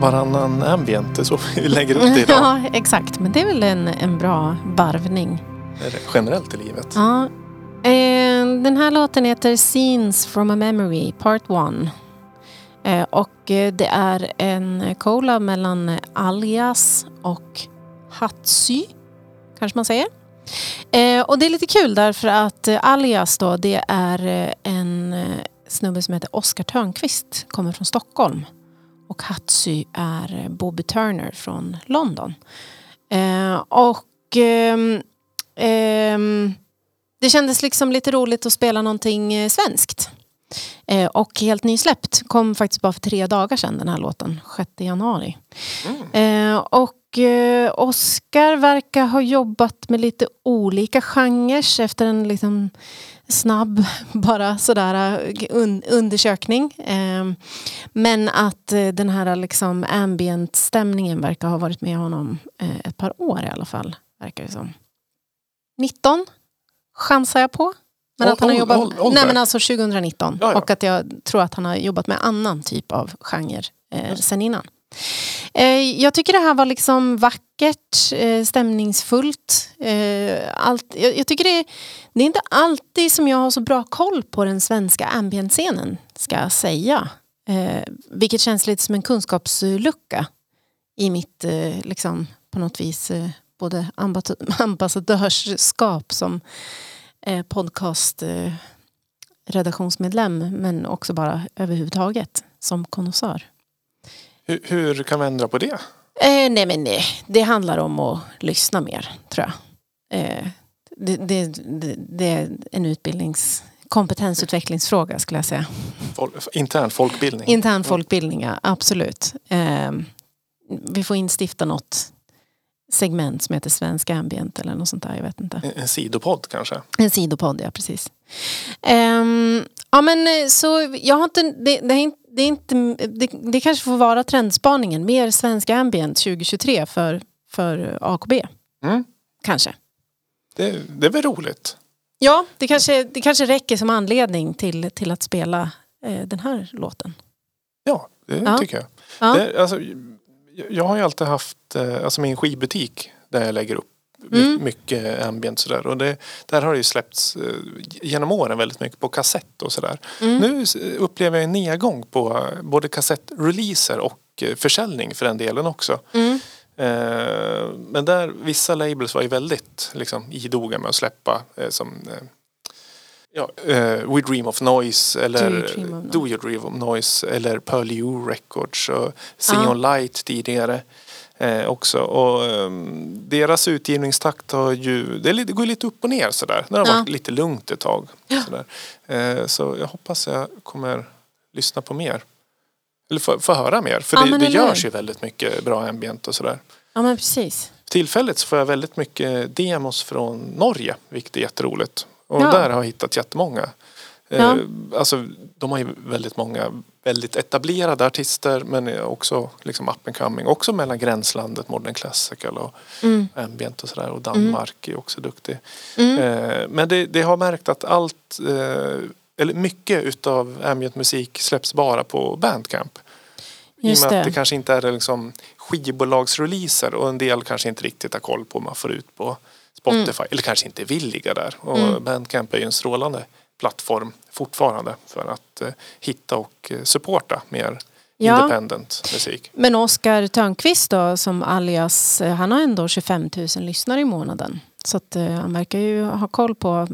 varannan ambient. Det är så vi lägger upp det idag. Ja, exakt. Men det är väl en, en bra varvning. Det är det generellt i livet. Ja. Eh, den här låten heter Scenes from a Memory Part ett. Eh, och eh, det är en collab mellan Alias och Hatsy, kanske man säger. Eh, och det är lite kul därför att eh, Alias då, det är eh, en eh, snubbe som heter Oskar Törnqvist, kommer från Stockholm. Och Hatsy är eh, Bobby Turner från London. Eh, och ehm, ehm, det kändes liksom lite roligt att spela någonting eh, svenskt. Eh, och helt nysläppt. Kom faktiskt bara för tre dagar sedan den här låten. sjätte januari. Mm. Eh, och eh, Oskar verkar ha jobbat med lite olika genrer efter en liksom snabb bara sådär un- undersökning. Eh, men att eh, den här liksom ambient-stämningen verkar ha varit med honom eh, ett par år i alla fall. Verkar det som. nitton chansar jag på. Men att han har jobbat, ål, ål, nej men alltså tjugonitton. Ja, ja. Och att jag tror att han har jobbat med annan typ av genre eh, sen innan. Eh, jag tycker det här var liksom vackert, eh, stämningsfullt. Eh, allt, jag, jag tycker det, det är inte alltid som jag har så bra koll på den svenska ambient-scenen, ska jag säga. Eh, vilket känns lite som en kunskapslucka i mitt, eh, liksom på något vis, eh, både amb- ambassadörskap som eh, podcast eh, redaktionsmedlem, men också bara överhuvudtaget som konnässör. Hur, hur kan vi ändra på det? Eh, nej men nej, det handlar om att lyssna mer, tror jag. Eh, det, det, det, det är en utbildnings kompetensutvecklingsfråga, skulle jag säga. Fol- intern folkbildning. Intern folkbildning, ja, absolut. Eh, vi får instifta något segment som heter Svensk Ambient eller något sånt där, jag vet inte. En, en sidopodd kanske? En sidopodd, ja, precis. Um, ja, men så jag har inte, det, det, är inte, det, är inte det, det kanske får vara trendspaningen. Mer Svensk Ambient tjugohundratjugotre för, för A K B. Mm. Kanske. Det, det är väl roligt. Ja, det kanske, det kanske räcker som anledning till, till att spela eh, den här låten. Ja, det ja. tycker jag. Ja. Det, alltså, jag har ju alltid haft eh, alltså min skivbutik där jag lägger upp my- Mm. mycket ambient sådär. Och det, där har det ju släppts eh, genom åren väldigt mycket på kassett och sådär. Mm. Nu s- upplever jag en nedgång på eh, både kassettreleaser och eh, försäljning för den delen också. Mm. Eh, men där vissa labels var ju väldigt liksom, idoga med att släppa eh, som eh, ja, eh, We Dream of Noise eller Do You Dream of Do You Dream of Noise eller Pearl U Records och Sing Ja. On Light tidigare eh, också. Och eh, deras utgivningstakt har ju, det, är lite, det går lite upp och ner sådär. Det har Ja. varit lite lugnt ett tag. Ja. Sådär. Eh, så jag hoppas jag kommer lyssna på mer. Eller få, få höra mer. För Ja, det, men det eller görs hur? ju väldigt mycket bra ambient och sådär. Ja, men precis. Tillfälligt så får jag väldigt mycket demos från Norge, vilket är jätteroligt. Och Ja. där har jag hittat jättemånga. Ja. Eh, alltså, de har ju väldigt många väldigt etablerade artister, men också liksom up and coming. Också mellan gränslandet, modern classical och Mm. ambient och sådär. Och Danmark är också duktig. Mm. Eh, men det, det har märkt att allt, eh, eller mycket utav ambient-musik släpps bara på Bandcamp. I och Just med det. att det kanske inte är liksom skivbolagsreleaser och en del kanske inte riktigt har koll på om man får ut på Spotify. Mm. Eller kanske inte är villiga där. Och Mm. Bandcamp är ju en strålande plattform fortfarande för att eh, hitta och eh, supporta mer Ja. independent musik. Men Oskar Törnqvist då, som alias, eh, han har ändå tjugofem tusen lyssnare i månaden. Så att eh, han verkar ju ha koll på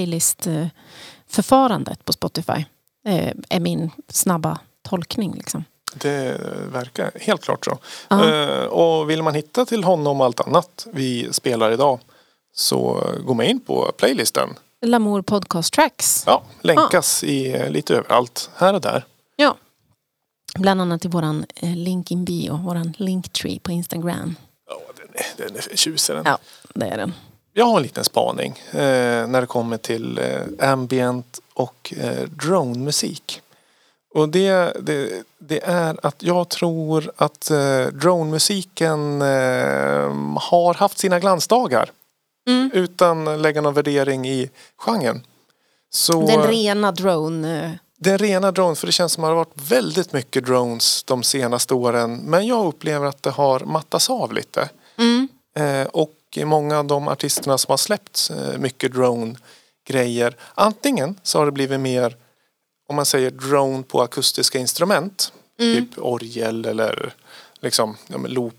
playlist-förfarandet på Spotify. Eh, är min snabba tolkning liksom. Det verkar helt klart så. Ja. Eh, och vill man hitta till honom och allt annat vi spelar idag så går man in på playlisten. Lamour Podcast Tracks. Ja, länkas i eh, lite överallt här och där. Ja. Bland annat i våran eh, link in bio, våran linktree på Instagram. Ja, den är, den är tjusig den. Ja, det är den. Jag har en liten spaning eh, när det kommer till eh, ambient och eh, drone-musik. Och det, det, det är att jag tror att eh, drone-musiken eh, har haft sina glansdagar. Mm. Utan lägga någon värdering i genren. Så, Den rena drone, Det är rena drones, för det känns som att det har varit väldigt mycket drones de senaste åren. Men jag upplever att det har mattats av lite. Mm. Eh, och många av de artisterna som har släppt eh, mycket drone-grejer. Antingen så har det blivit mer, om man säger drone på akustiska instrument. Mm. Typ orgel eller liksom ja, men loop,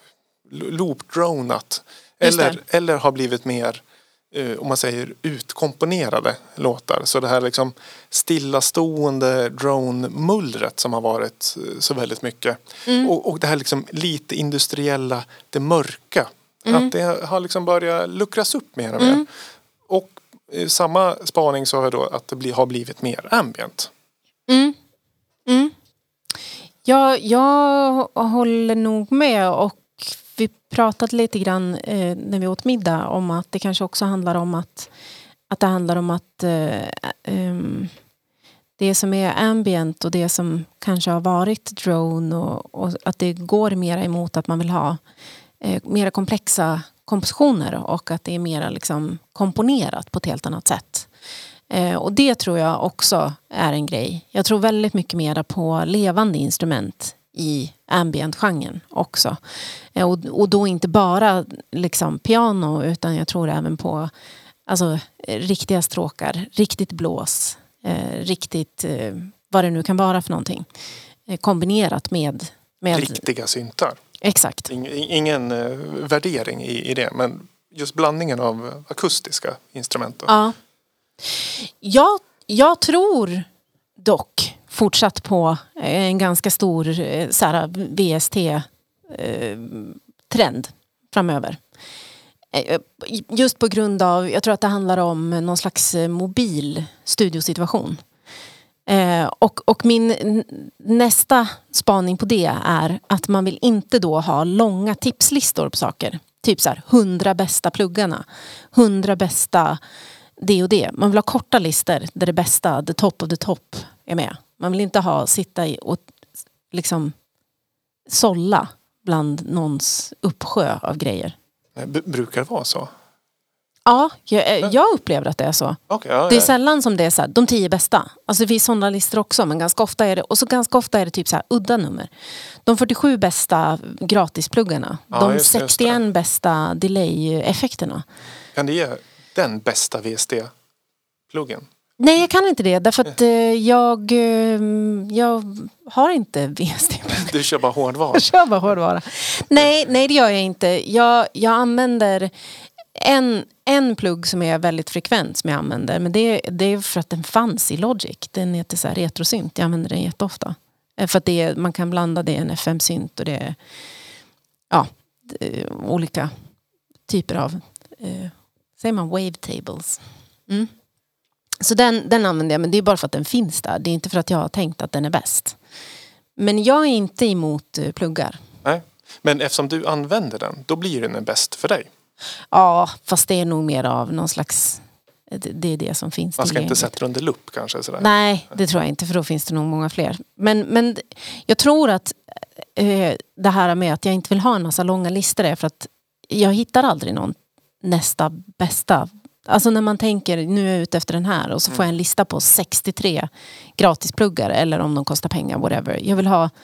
loop-dronat. Eller, eller har blivit mer, eh, om man säger utkomponerade låtar. Så det här liksom stillastående drone-mullret som har varit eh, så väldigt mycket. Mm. Och, och det här liksom lite industriella, det mörka. Mm. Att det har liksom börjat luckras upp mer och mer. Mm. Och i samma spaning så har jag då att det bli, har blivit mer ambient. Mm. Mm. Ja, jag håller nog med, och vi pratat lite grann eh, när vi åt middag om att det kanske också handlar om att, att det handlar om att eh, um, det som är ambient och det som kanske har varit drone och, och att det går mer emot att man vill ha eh, mera komplexa kompositioner och att det är mera liksom komponerat på ett helt annat sätt. Eh, och det tror jag också är en grej. Jag tror väldigt mycket mera på levande instrument i ambient-genren också. Eh, och, och då inte bara liksom piano, utan jag tror även på alltså, eh, riktiga stråkar, riktigt blås, eh, riktigt eh, vad det nu kan vara för någonting. Eh, kombinerat med, med... Riktiga syntar. Exakt. Ingen uh, värdering i, i det, men just blandningen av akustiska instrument. Då. Ja. Jag, jag tror dock fortsatt på en ganska stor eh, så här, V S T-trend eh, framöver. Eh, just på grund av, jag tror att det handlar om någon slags mobil studiosituation. Eh, och, och min nästa spaning på det är att man vill inte då ha långa tipslistor på saker. Typ så här, hundra bästa pluggarna, hundra bästa det och det. Man vill ha korta listor där det bästa, the top of the top är med. Man vill inte ha, sitta i och liksom sålla bland någons uppsjö av grejer. B- brukar det vara så? Ja, jag, jag upplever att det är så. Okay, ja, det är ja. sällan som det är så här, de tio bästa. Alltså det finns sådana listor också, men ganska ofta är det, och så ganska ofta är det typ så här udda nummer. De fyrtiosju bästa gratispluggarna. Ja, de just det, sextioen just det. bästa delay-effekterna. Kan det ge den bästa V S D-pluggen? Nej, jag kan inte det. Därför att eh, jag, eh, jag har inte V S D. Du kör bara hårdvara. Jag kör bara hårdvara. Nej, nej, det gör jag inte. Jag, jag använder en, en plugg som är väldigt frekvent som jag använder. Men det, det är för att den fanns i Logic. Den heter så här retrosynt. Jag använder den jätteofta. För att det är, man kan blanda det i en F M-synt och det är ja, det är olika typer av eh, säger man wavetables. Mm. Så den, den använder jag, men det är bara för att den finns där. Det är inte för att jag har tänkt att den är bäst. Men jag är inte emot uh, pluggar. Nej, men eftersom du använder den, då blir den bäst för dig. Ja, fast det är nog mer av någon slags... Det, det är det som finns. Man ska inte sätta under lupp kanske? Sådär. Nej, det tror jag inte, för då finns det nog många fler. Men, men jag tror att eh, det här med att jag inte vill ha en massa långa listor är för att jag hittar aldrig någon nästa bästa. Alltså när man tänker, nu är jag ute efter den här och så får jag en lista på sextiotre gratispluggar eller om de kostar pengar, whatever. Jag vill ha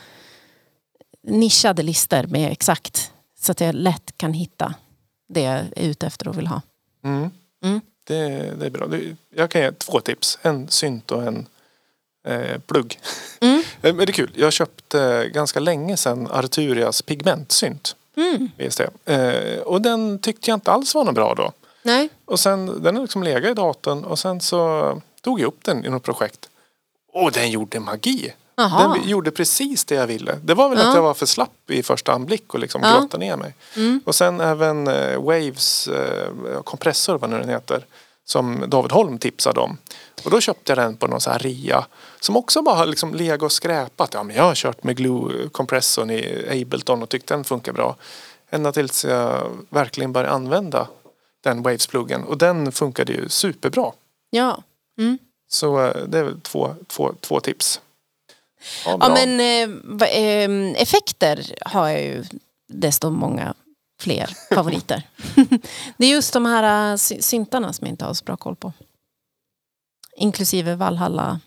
nischade listor med exakt så att jag lätt kan hitta det jag är ute efter och vill ha. Mm. Mm. Det, det är bra. Jag kan ge två tips. En synt och en eh, plugg. Mm. Men det är kul. Jag köpte ganska länge sedan Arturias pigmentsynt. Mm. V S D. Eh, och den tyckte jag inte alls var något bra då. Nej. Och sen, den har liksom legat i datorn och sen så tog jag upp den i något projekt. Och den gjorde magi. Aha. Den gjorde precis det jag ville. Det var väl Ja. att jag var för slapp i första anblick och liksom Ja. grottade ner mig. Mm. Och sen även eh, Waves eh, kompressor, vad nu den heter, som David Holm tipsade om. Och då köpte jag den på någon så här ria som också bara har liksom legat och skräpat. Ja, men jag har kört med glue-kompressorn i Ableton och tyckte den funkar bra. Ända tills jag verkligen började använda den Waves-pluggen. Och den funkade ju superbra. Ja. Mm. Så eh, det är väl två, två, två tips. Ja, Ja, bra. men eh, va- eh, effekter har jag ju desto många fler favoriter. Det är just de här uh, sy- syntarna som jag inte har så bra koll på. Inklusive Valhalla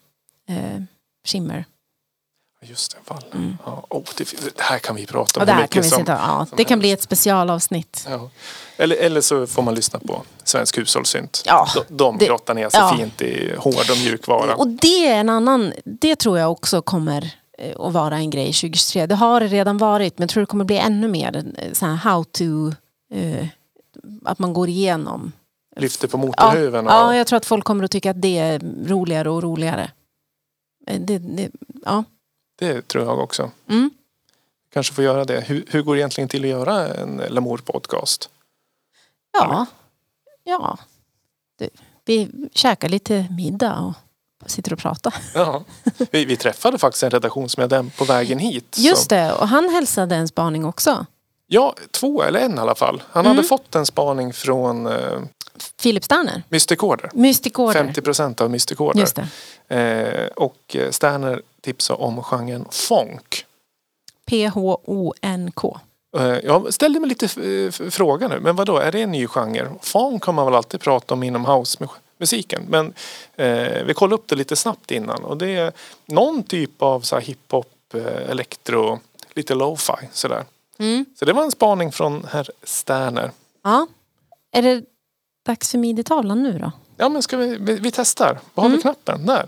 eh, Shimmer. Just det, Vallen. Mm. Ja, oh, det, det här kan vi prata om. Och det här mycket kan vi som, sitta, ja, som det kan helst. bli ett specialavsnitt. Ja. Eller, eller så får man lyssna på Svensk hushållssynt. Ja, de de det- grottar ner sig ja. fint i hård och mjukvara. Och det är en annan, det tror jag också kommer eh, att vara en grej tjugohundratjugotre. Det har det redan varit, men jag tror det kommer bli ännu mer eh, så här how to, eh, att man går igenom. Lyfter på Ja, motorhuven. Och, ja, jag tror att folk kommer att tycka att det är roligare och roligare. Eh, Det, det, ja. Det tror jag också. Mm. Kanske får göra det. Hur, hur går det egentligen till att göra en Lamour-podcast? Ja, ja. Det, vi käkar lite middag och sitter och pratar. Ja. Vi, vi träffade faktiskt en redaktionsmedlem på vägen hit. Just som, det, och han hälsade en spaning också. Ja, två eller en i alla fall. Han Mm. hade fått en spaning från eh, Philip Sterner. Mystic Order. Mystic Order. femtio procent av Mystic Order. Just det. Eh, och Sterner tipsade om genren funk. P H O N K. Eh, jag ställde mig lite eh, fråga nu. Men vad då? Är det en ny genre? Funk har man väl alltid pratat om inom house-musiken. Men eh, vi kollade upp det lite snabbt innan. Och det är någon typ av så här hiphop, eh, elektro, lite lo-fi sådär. Mm. Så det var en spaning från herr Sterner. Ja. Är det dags för midi-tavlan nu då? Ja, men ska vi, vi, vi testar. Vad har Mm. vi knappen? Där.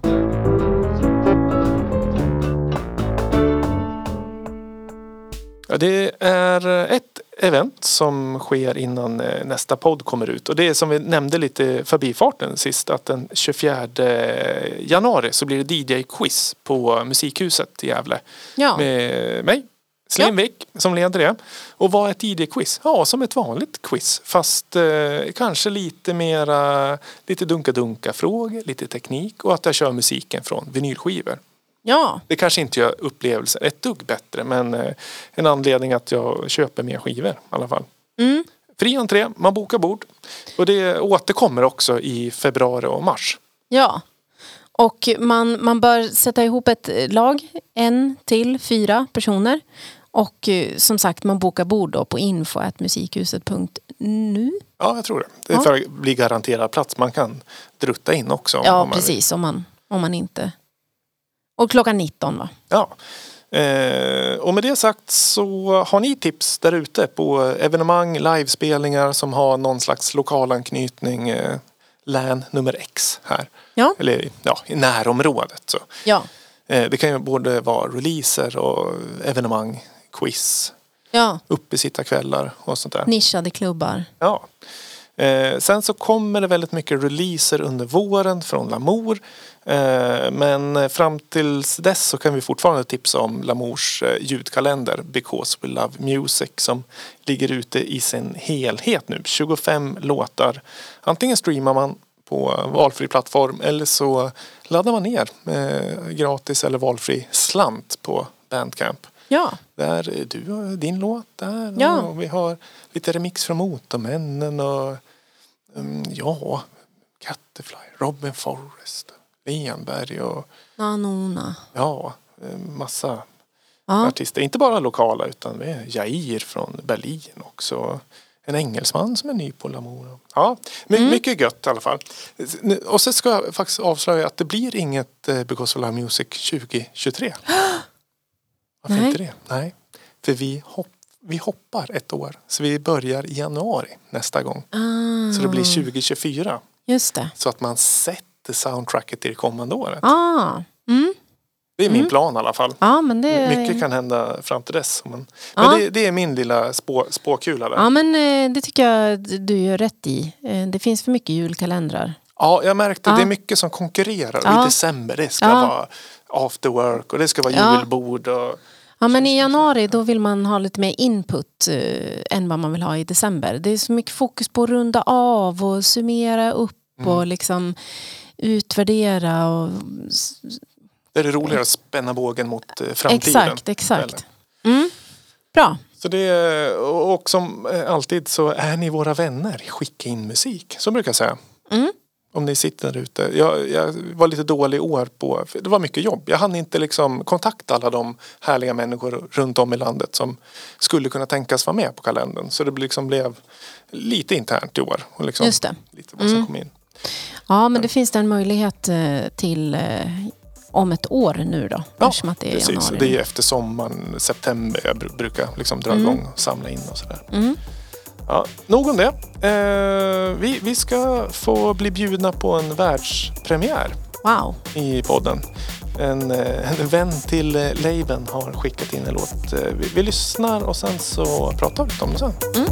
Ja, det är ett event som sker innan eh, nästa podd kommer ut. Och det är som vi nämnde lite i förbifarten sist. Att den tjugofjärde januari så blir det D J-quiz på Musikhuset i Gävle. Ja. Med mig, Slim Vick, som leder det. Och vad är ett I D-quiz? Ja, som ett vanligt quiz. Fast eh, kanske lite mera, lite dunka-dunka-frågor, lite teknik. Och att jag kör musiken från vinylskivor. Ja. Det kanske inte gör upplevelsen ett dugg bättre. Men eh, en anledning att jag köper mer skivor i alla fall. Mm. Fri entré, man bokar bord. Och det återkommer också i februari och mars. Ja. Och man, man bör sätta ihop ett lag, en till fyra personer. Och eh, som sagt, man bokar bord då på info at musikhuset punkt nu. Ja, jag tror det. Det är Ja. för att bli garanterad plats. Man kan drutta in också. om Ja, man vill. precis. Om man, om man inte... Och klockan nitton va? Ja. Eh, och med det sagt så har ni tips där ute på evenemang, livespelningar som har någon slags lokalanknytning. Eh, län nummer X här. Ja. Eller ja, i närområdet. Så. Ja. Eh, det kan ju både vara releaser och evenemang, quiz, Ja. uppesittarkvällar och sånt där. Nischade klubbar. Ja. Eh, sen så kommer det väldigt mycket releaser under våren från Lamour. Eh, men fram tills dess så kan vi fortfarande tipsa om Lamours eh, ljudkalender Because We Love Music som ligger ute i sin helhet nu. tjugofem låtar. Antingen streamar man på valfri plattform eller så laddar man ner eh, gratis eller valfri slant på Bandcamp. Ja. Där är du och din låt där. Ja. Och vi har lite remix från Motormännen och um, ja, Catterfly, Robin Forrest, Lenberg och Nanona. ja, massa Ja. artister. Inte bara lokala utan vi är Jair från Berlin också. En engelsman som är ny på Lamour. Ja, my- Mm. mycket gött i alla fall. Och så ska jag faktiskt avslöja att det blir inget eh, Because of Love Music tjugohundratjugotre. Varför Nej. inte det? Nej. För vi, hopp, vi hoppar ett år. Så vi börjar i januari nästa gång. Ah. Så det blir tjugohundratjugofyra. Just det. Så att man sätter soundtracket till det kommande året. Ah. Mm. Det är min Mm. plan i alla fall. Ja, men det... Mycket kan hända fram till dess. Men, Ja. men det, det är min lilla spå, spåkula där. Ja, men eh, det tycker jag du gör rätt i. Eh, Det finns för mycket julkalendrar. Ja, jag märkte Ja. det är mycket som konkurrerar. Och Ja. i december det ska Ja. vara after work och det ska vara Ja. julbord. Och, Ja, men i januari då vill man ha lite mer input eh, än vad man vill ha i december. Det är så mycket fokus på att runda av och summera upp Mm. och liksom utvärdera. Och... det är det roligare att spänna bågen mot eh, framtiden. Exakt, exakt. Mm. Bra. Så det är, och som alltid så är ni våra vänner. Skicka in musik. Så brukar jag säga. Mm. Om ni sitter där ute. Jag, jag var lite dålig i år på. Det var mycket jobb. Jag hann inte liksom kontakta alla de härliga människor runt om i landet som skulle kunna tänkas vara med på kalendern. Så det liksom blev lite internt i år. Och liksom Just det. lite vad som Mm. kom in. Ja, men det finns det en möjlighet eh, till eh, om ett år nu då. Ja, att det är precis. januari. Det är efter sommaren, september jag br- brukar liksom dra Mm. igång och samla in och sådär. Mm. Ja, nog om det. Eh, vi, vi ska få bli bjudna på en världspremiär Wow. i podden. En, eh, en vän till eh, Leiben har skickat in en låt. Eh, vi, vi lyssnar och sen så pratar vi lite om det sen. Mm.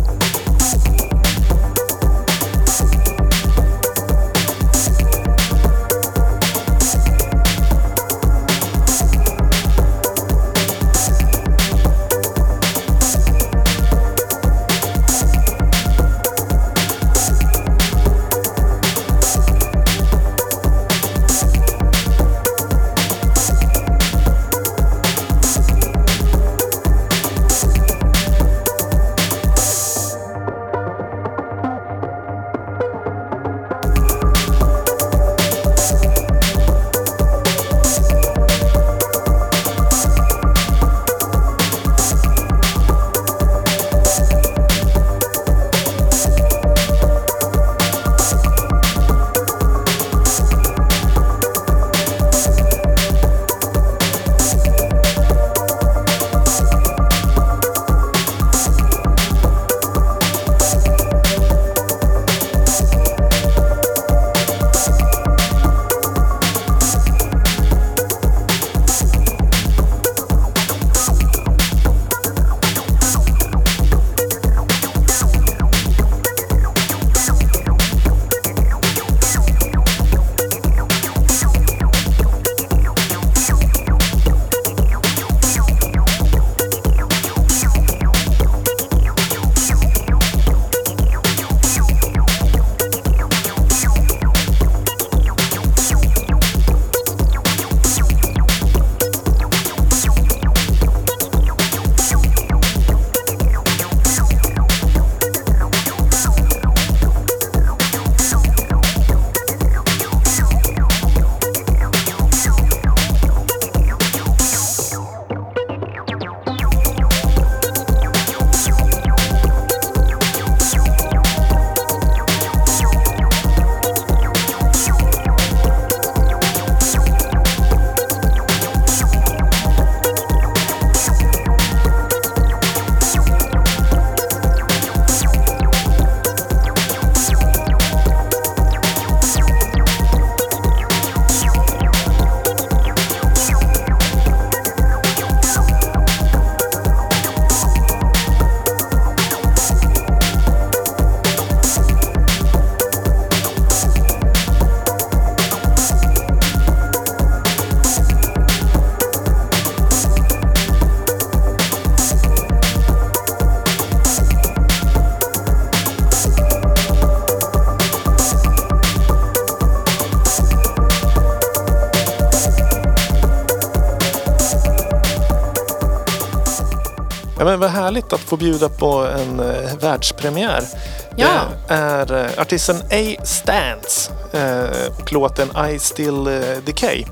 Ja, men vad härligt att få bjuda på en eh, världspremiär. Ja. Det är eh, artisten A. Stance eh, och låten I Still eh, Decay.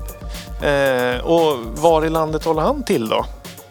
Eh, och var i landet håller han till då?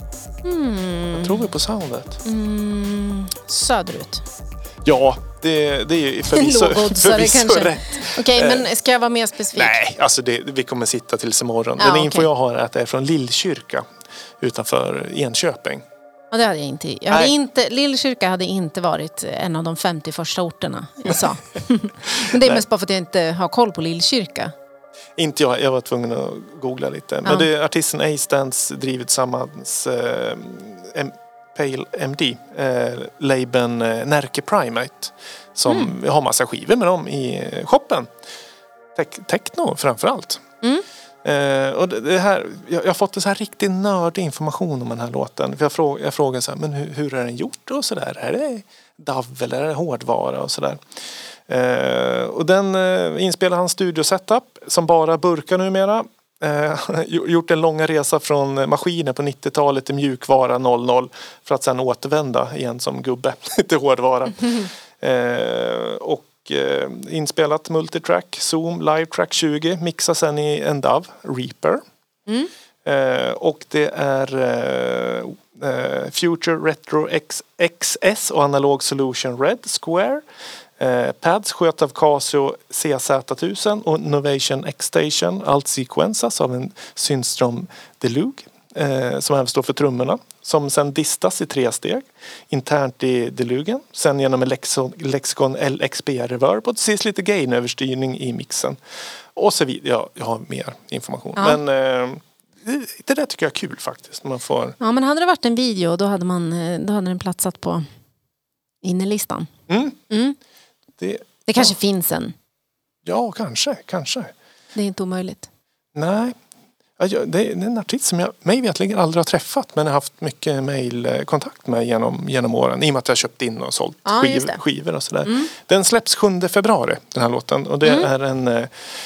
Mm. Jag tror vi på soundet. Mm. Söderut. Ja, det, det är förvisso, Lågoddsare förvisso kanske. rätt. Okej, men ska jag vara mer specifik? Nej, alltså det, vi kommer sitta tills imorgon. Ja, Den okej. info jag har är att det är från Lillkyrka utanför Enköping. Ja, det hade jag inte. Jag hade Nej. inte Lillkyrka hade inte varit en av de femtio första orterna jag sa. Men det är Nej. mest bara för att jag inte har koll på Lillkyrka. Inte jag, jag var tvungen att googla lite. Ja. Men det är artisten A. Stance driver tillsammans eh, M- Pale M D, eh, labeln eh, Närke Primate. Som Mm. har massa skivor med dem i eh, shoppen. Te- techno framförallt. Mm. Eh, och det, det här, jag, jag har fått en så här riktigt nördig information om den här låten. För jag, fråg, jag frågar så här, men hur, hur är den gjort och sådär? Är det D A W eller är det hårdvara och sådär? Eh, och den eh, inspelar han studiosetup som bara burkar numera. Eh, gjort en långa resa från maskiner på nittiotalet till mjukvara noll noll för att sen återvända igen som gubbe till hårdvara. Eh, och eh, inspelat multitrack, Zoom, Live Track tjugo, mixar sen i en D A W, Reaper. Mm. Eh, och det är eh, Future Retro X, X S och Analog Solution Red Square. Eh, pads sköt av Casio C Z tusen och Novation X-Station. Allt sequensas av en Synstrom Deluge eh, som även står för trummorna. Som sen distas i tre steg. Internt i Delugen. Sen genom en Lexicon, Lexicon L X B-reverb. Och till sist lite gain-överstyrning i mixen. Och så vidare. Ja, jag har mer information. Ja. Men eh, det där tycker jag är kul faktiskt. Man får... Ja, men hade det varit en video då hade, man, då hade den platsat på innerlistan. Mm. Mm. Det, Det kanske ja. finns en. Ja, kanske. kanske. Det är inte omöjligt. Nej. Ja, det är en artist som jag mig vetligen aldrig har träffat men har haft mycket mejlkontakt med genom, genom åren. I och med att jag har köpt in och sålt Ja, skiv, just det. skivor och sådär. Mm. Den släpps sjunde februari, den här låten. Och det Mm. är en,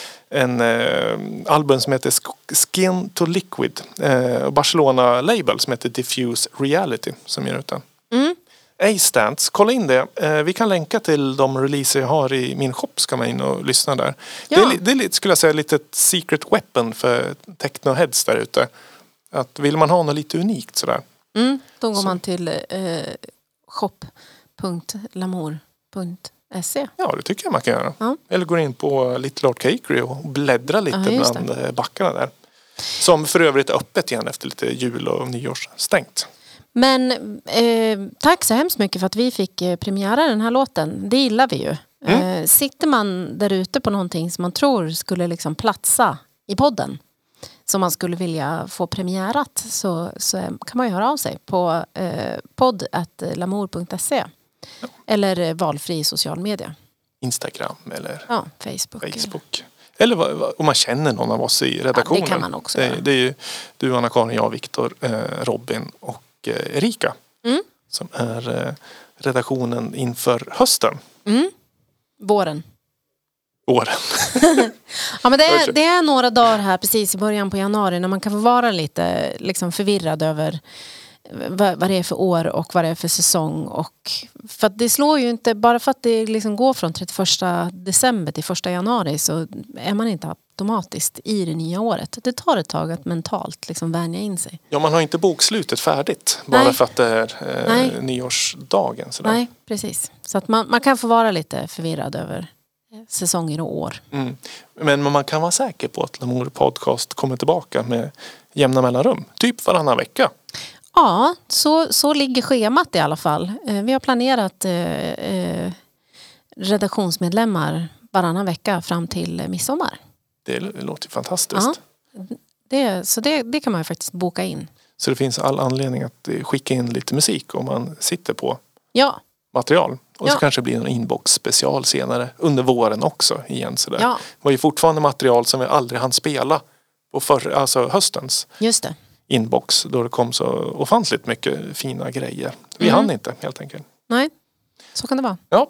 en en album som heter Skin to Liquid. Eh, Barcelona-label som heter Diffuse Reality som ger ut den. Mm. A-Stance, kolla in det. Eh, vi kan länka till de releaser jag har i min shop, ska man in och lyssna där. Ja. Det är, det är lite, skulle jag säga, lite ett secret weapon för techno-heads där ute. Att vill man ha något lite unikt sådär. Mm. Då går Så. man till eh, shop punkt lamour punkt se. Ja, det tycker jag man kan göra. Ja. Eller går in på Little Art Cakery och bläddra lite Ja, just bland det. backarna där. Som för övrigt är öppet igen efter lite jul och nyårsstängt. Men eh, tack så hemskt mycket för att vi fick eh, premiära den här låten. Det gillar vi ju. Mm. Eh, sitter man där ute på någonting som man tror skulle liksom platsa i podden, som man skulle vilja få premiärat, så, så kan man ju höra av sig på eh, podd at lamour punkt se. Ja. Eller eh, valfri social media. Instagram eller Ja, Facebook. Facebook. Eller vad, vad, om man känner någon av oss i redaktionen. Ja, det kan man också det, göra. det är ju du, Anna-Karin, jag, Viktor, eh, Robin och eh, Erika. Mm. Som är eh, redaktionen inför hösten. Mm. Våren. Åren. Ja, men det är, det är några dagar här precis i början på januari när man kan få vara lite liksom förvirrad över vad, vad det är för år och vad det är för säsong. Och för att det slår ju inte, bara för att det liksom går från trettioförsta december till första januari så är man inte automatiskt i det nya året. Det tar ett tag att mentalt liksom vänja in sig. Ja, man har inte bokslutet färdigt. Bara Nej. för att det är eh, Nej. nyårsdagen. Sådär. Nej, precis. Så att man, man kan få vara lite förvirrad över säsonger och år. Mm. Men man kan vara säker på att Lamour Podcast kommer tillbaka med jämna mellanrum. Typ varannan vecka. Ja, så, så ligger schemat i alla fall. Eh, vi har planerat eh, eh, redaktionsmedlemmar varannan vecka fram till midsommar. Det låter fantastiskt. Ja, det, så det, det kan man ju faktiskt boka in. Så det finns all anledning att skicka in lite musik om man sitter på Ja, material. Och Ja. så kanske det blir en inbox special senare under våren också igen. Sådär. Ja. Det var ju fortfarande material som vi aldrig hann spela på förr, alltså höstens just det. inbox. Då det kom så ofantligt mycket fina grejer. Vi Mm. hann inte helt enkelt. Nej, så kan det vara. Ja.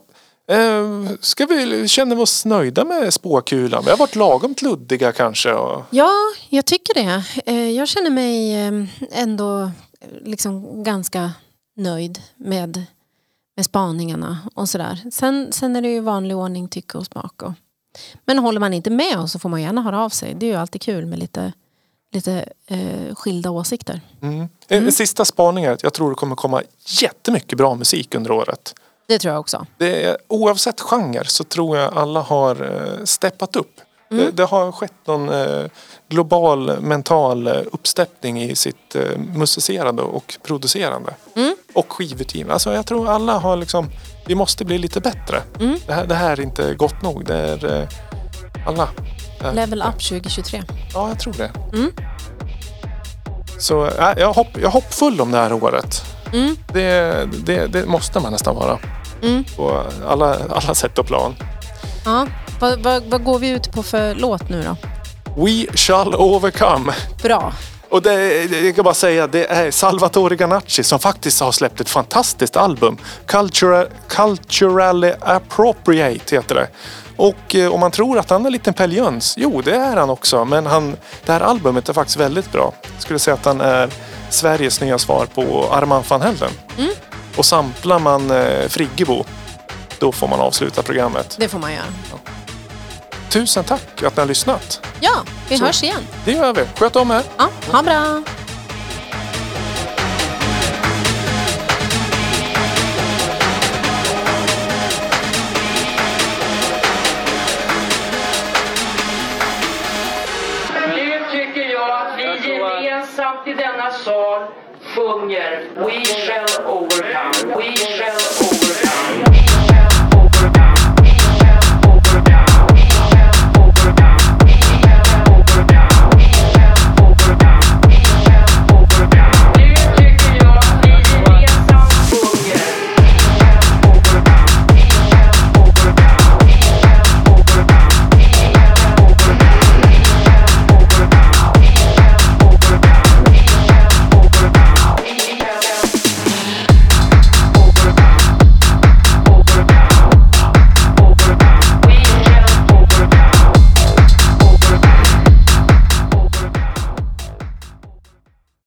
Eh, ska vi känna oss nöjda med spåkulan? Vi har varit lagom luddiga kanske. Och... Ja, jag tycker det. Eh, jag känner mig eh, ändå eh, liksom ganska nöjd med, med spaningarna och sådär. Sen, sen är det ju vanlig ordning, tycke och smak. Och... Men håller man inte med oss så får man gärna höra av sig. Det är ju alltid kul med lite, lite eh, skilda åsikter. Mm. En Mm. sista spaning är att jag tror det kommer komma jättemycket bra musik under året. Det tror jag också. Det är, oavsett genre så tror jag alla har eh, steppat upp. Mm. Det, det har skett någon eh, global mental eh, uppsteppning i sitt eh, musicerande och producerande. Mm. Och skivutgivning. Alltså jag tror alla har liksom, vi måste bli lite bättre. Mm. Det, här, det här är inte gott nog. Det är eh, alla. Är, Level up tjugo tjugotre. Ja, jag tror det. Mm. Så äh, jag, är hopp, jag är hoppfull om det här året. Mm. Det, det, det måste man nästan vara. Mm. På alla, alla sätt och plan. Ja. Vad, vad, vad går vi ut på för låt nu då? We shall overcome. Bra. Och det, jag kan bara säga, det är Salvatore Ganacci som faktiskt har släppt ett fantastiskt album. Cultural, Culturally Appropriate heter det. Och eh, om man tror att han är en liten Pelle Jöns, jo det är han också. Men han, det här albumet är faktiskt väldigt bra. Jag skulle säga att han är Sveriges nya svar på Armand van Helden. Mm. Och samplar man eh, Friggebo, då får man avsluta programmet. Det får man göra. tusen tack att ni har lyssnat. Ja, vi Så. hörs igen. Det gör vi. Sköt om er. Ja, ha bra. Nu tycker jag att vi gemensamt i denna sal sjunger We shall overcome, we shall overcome.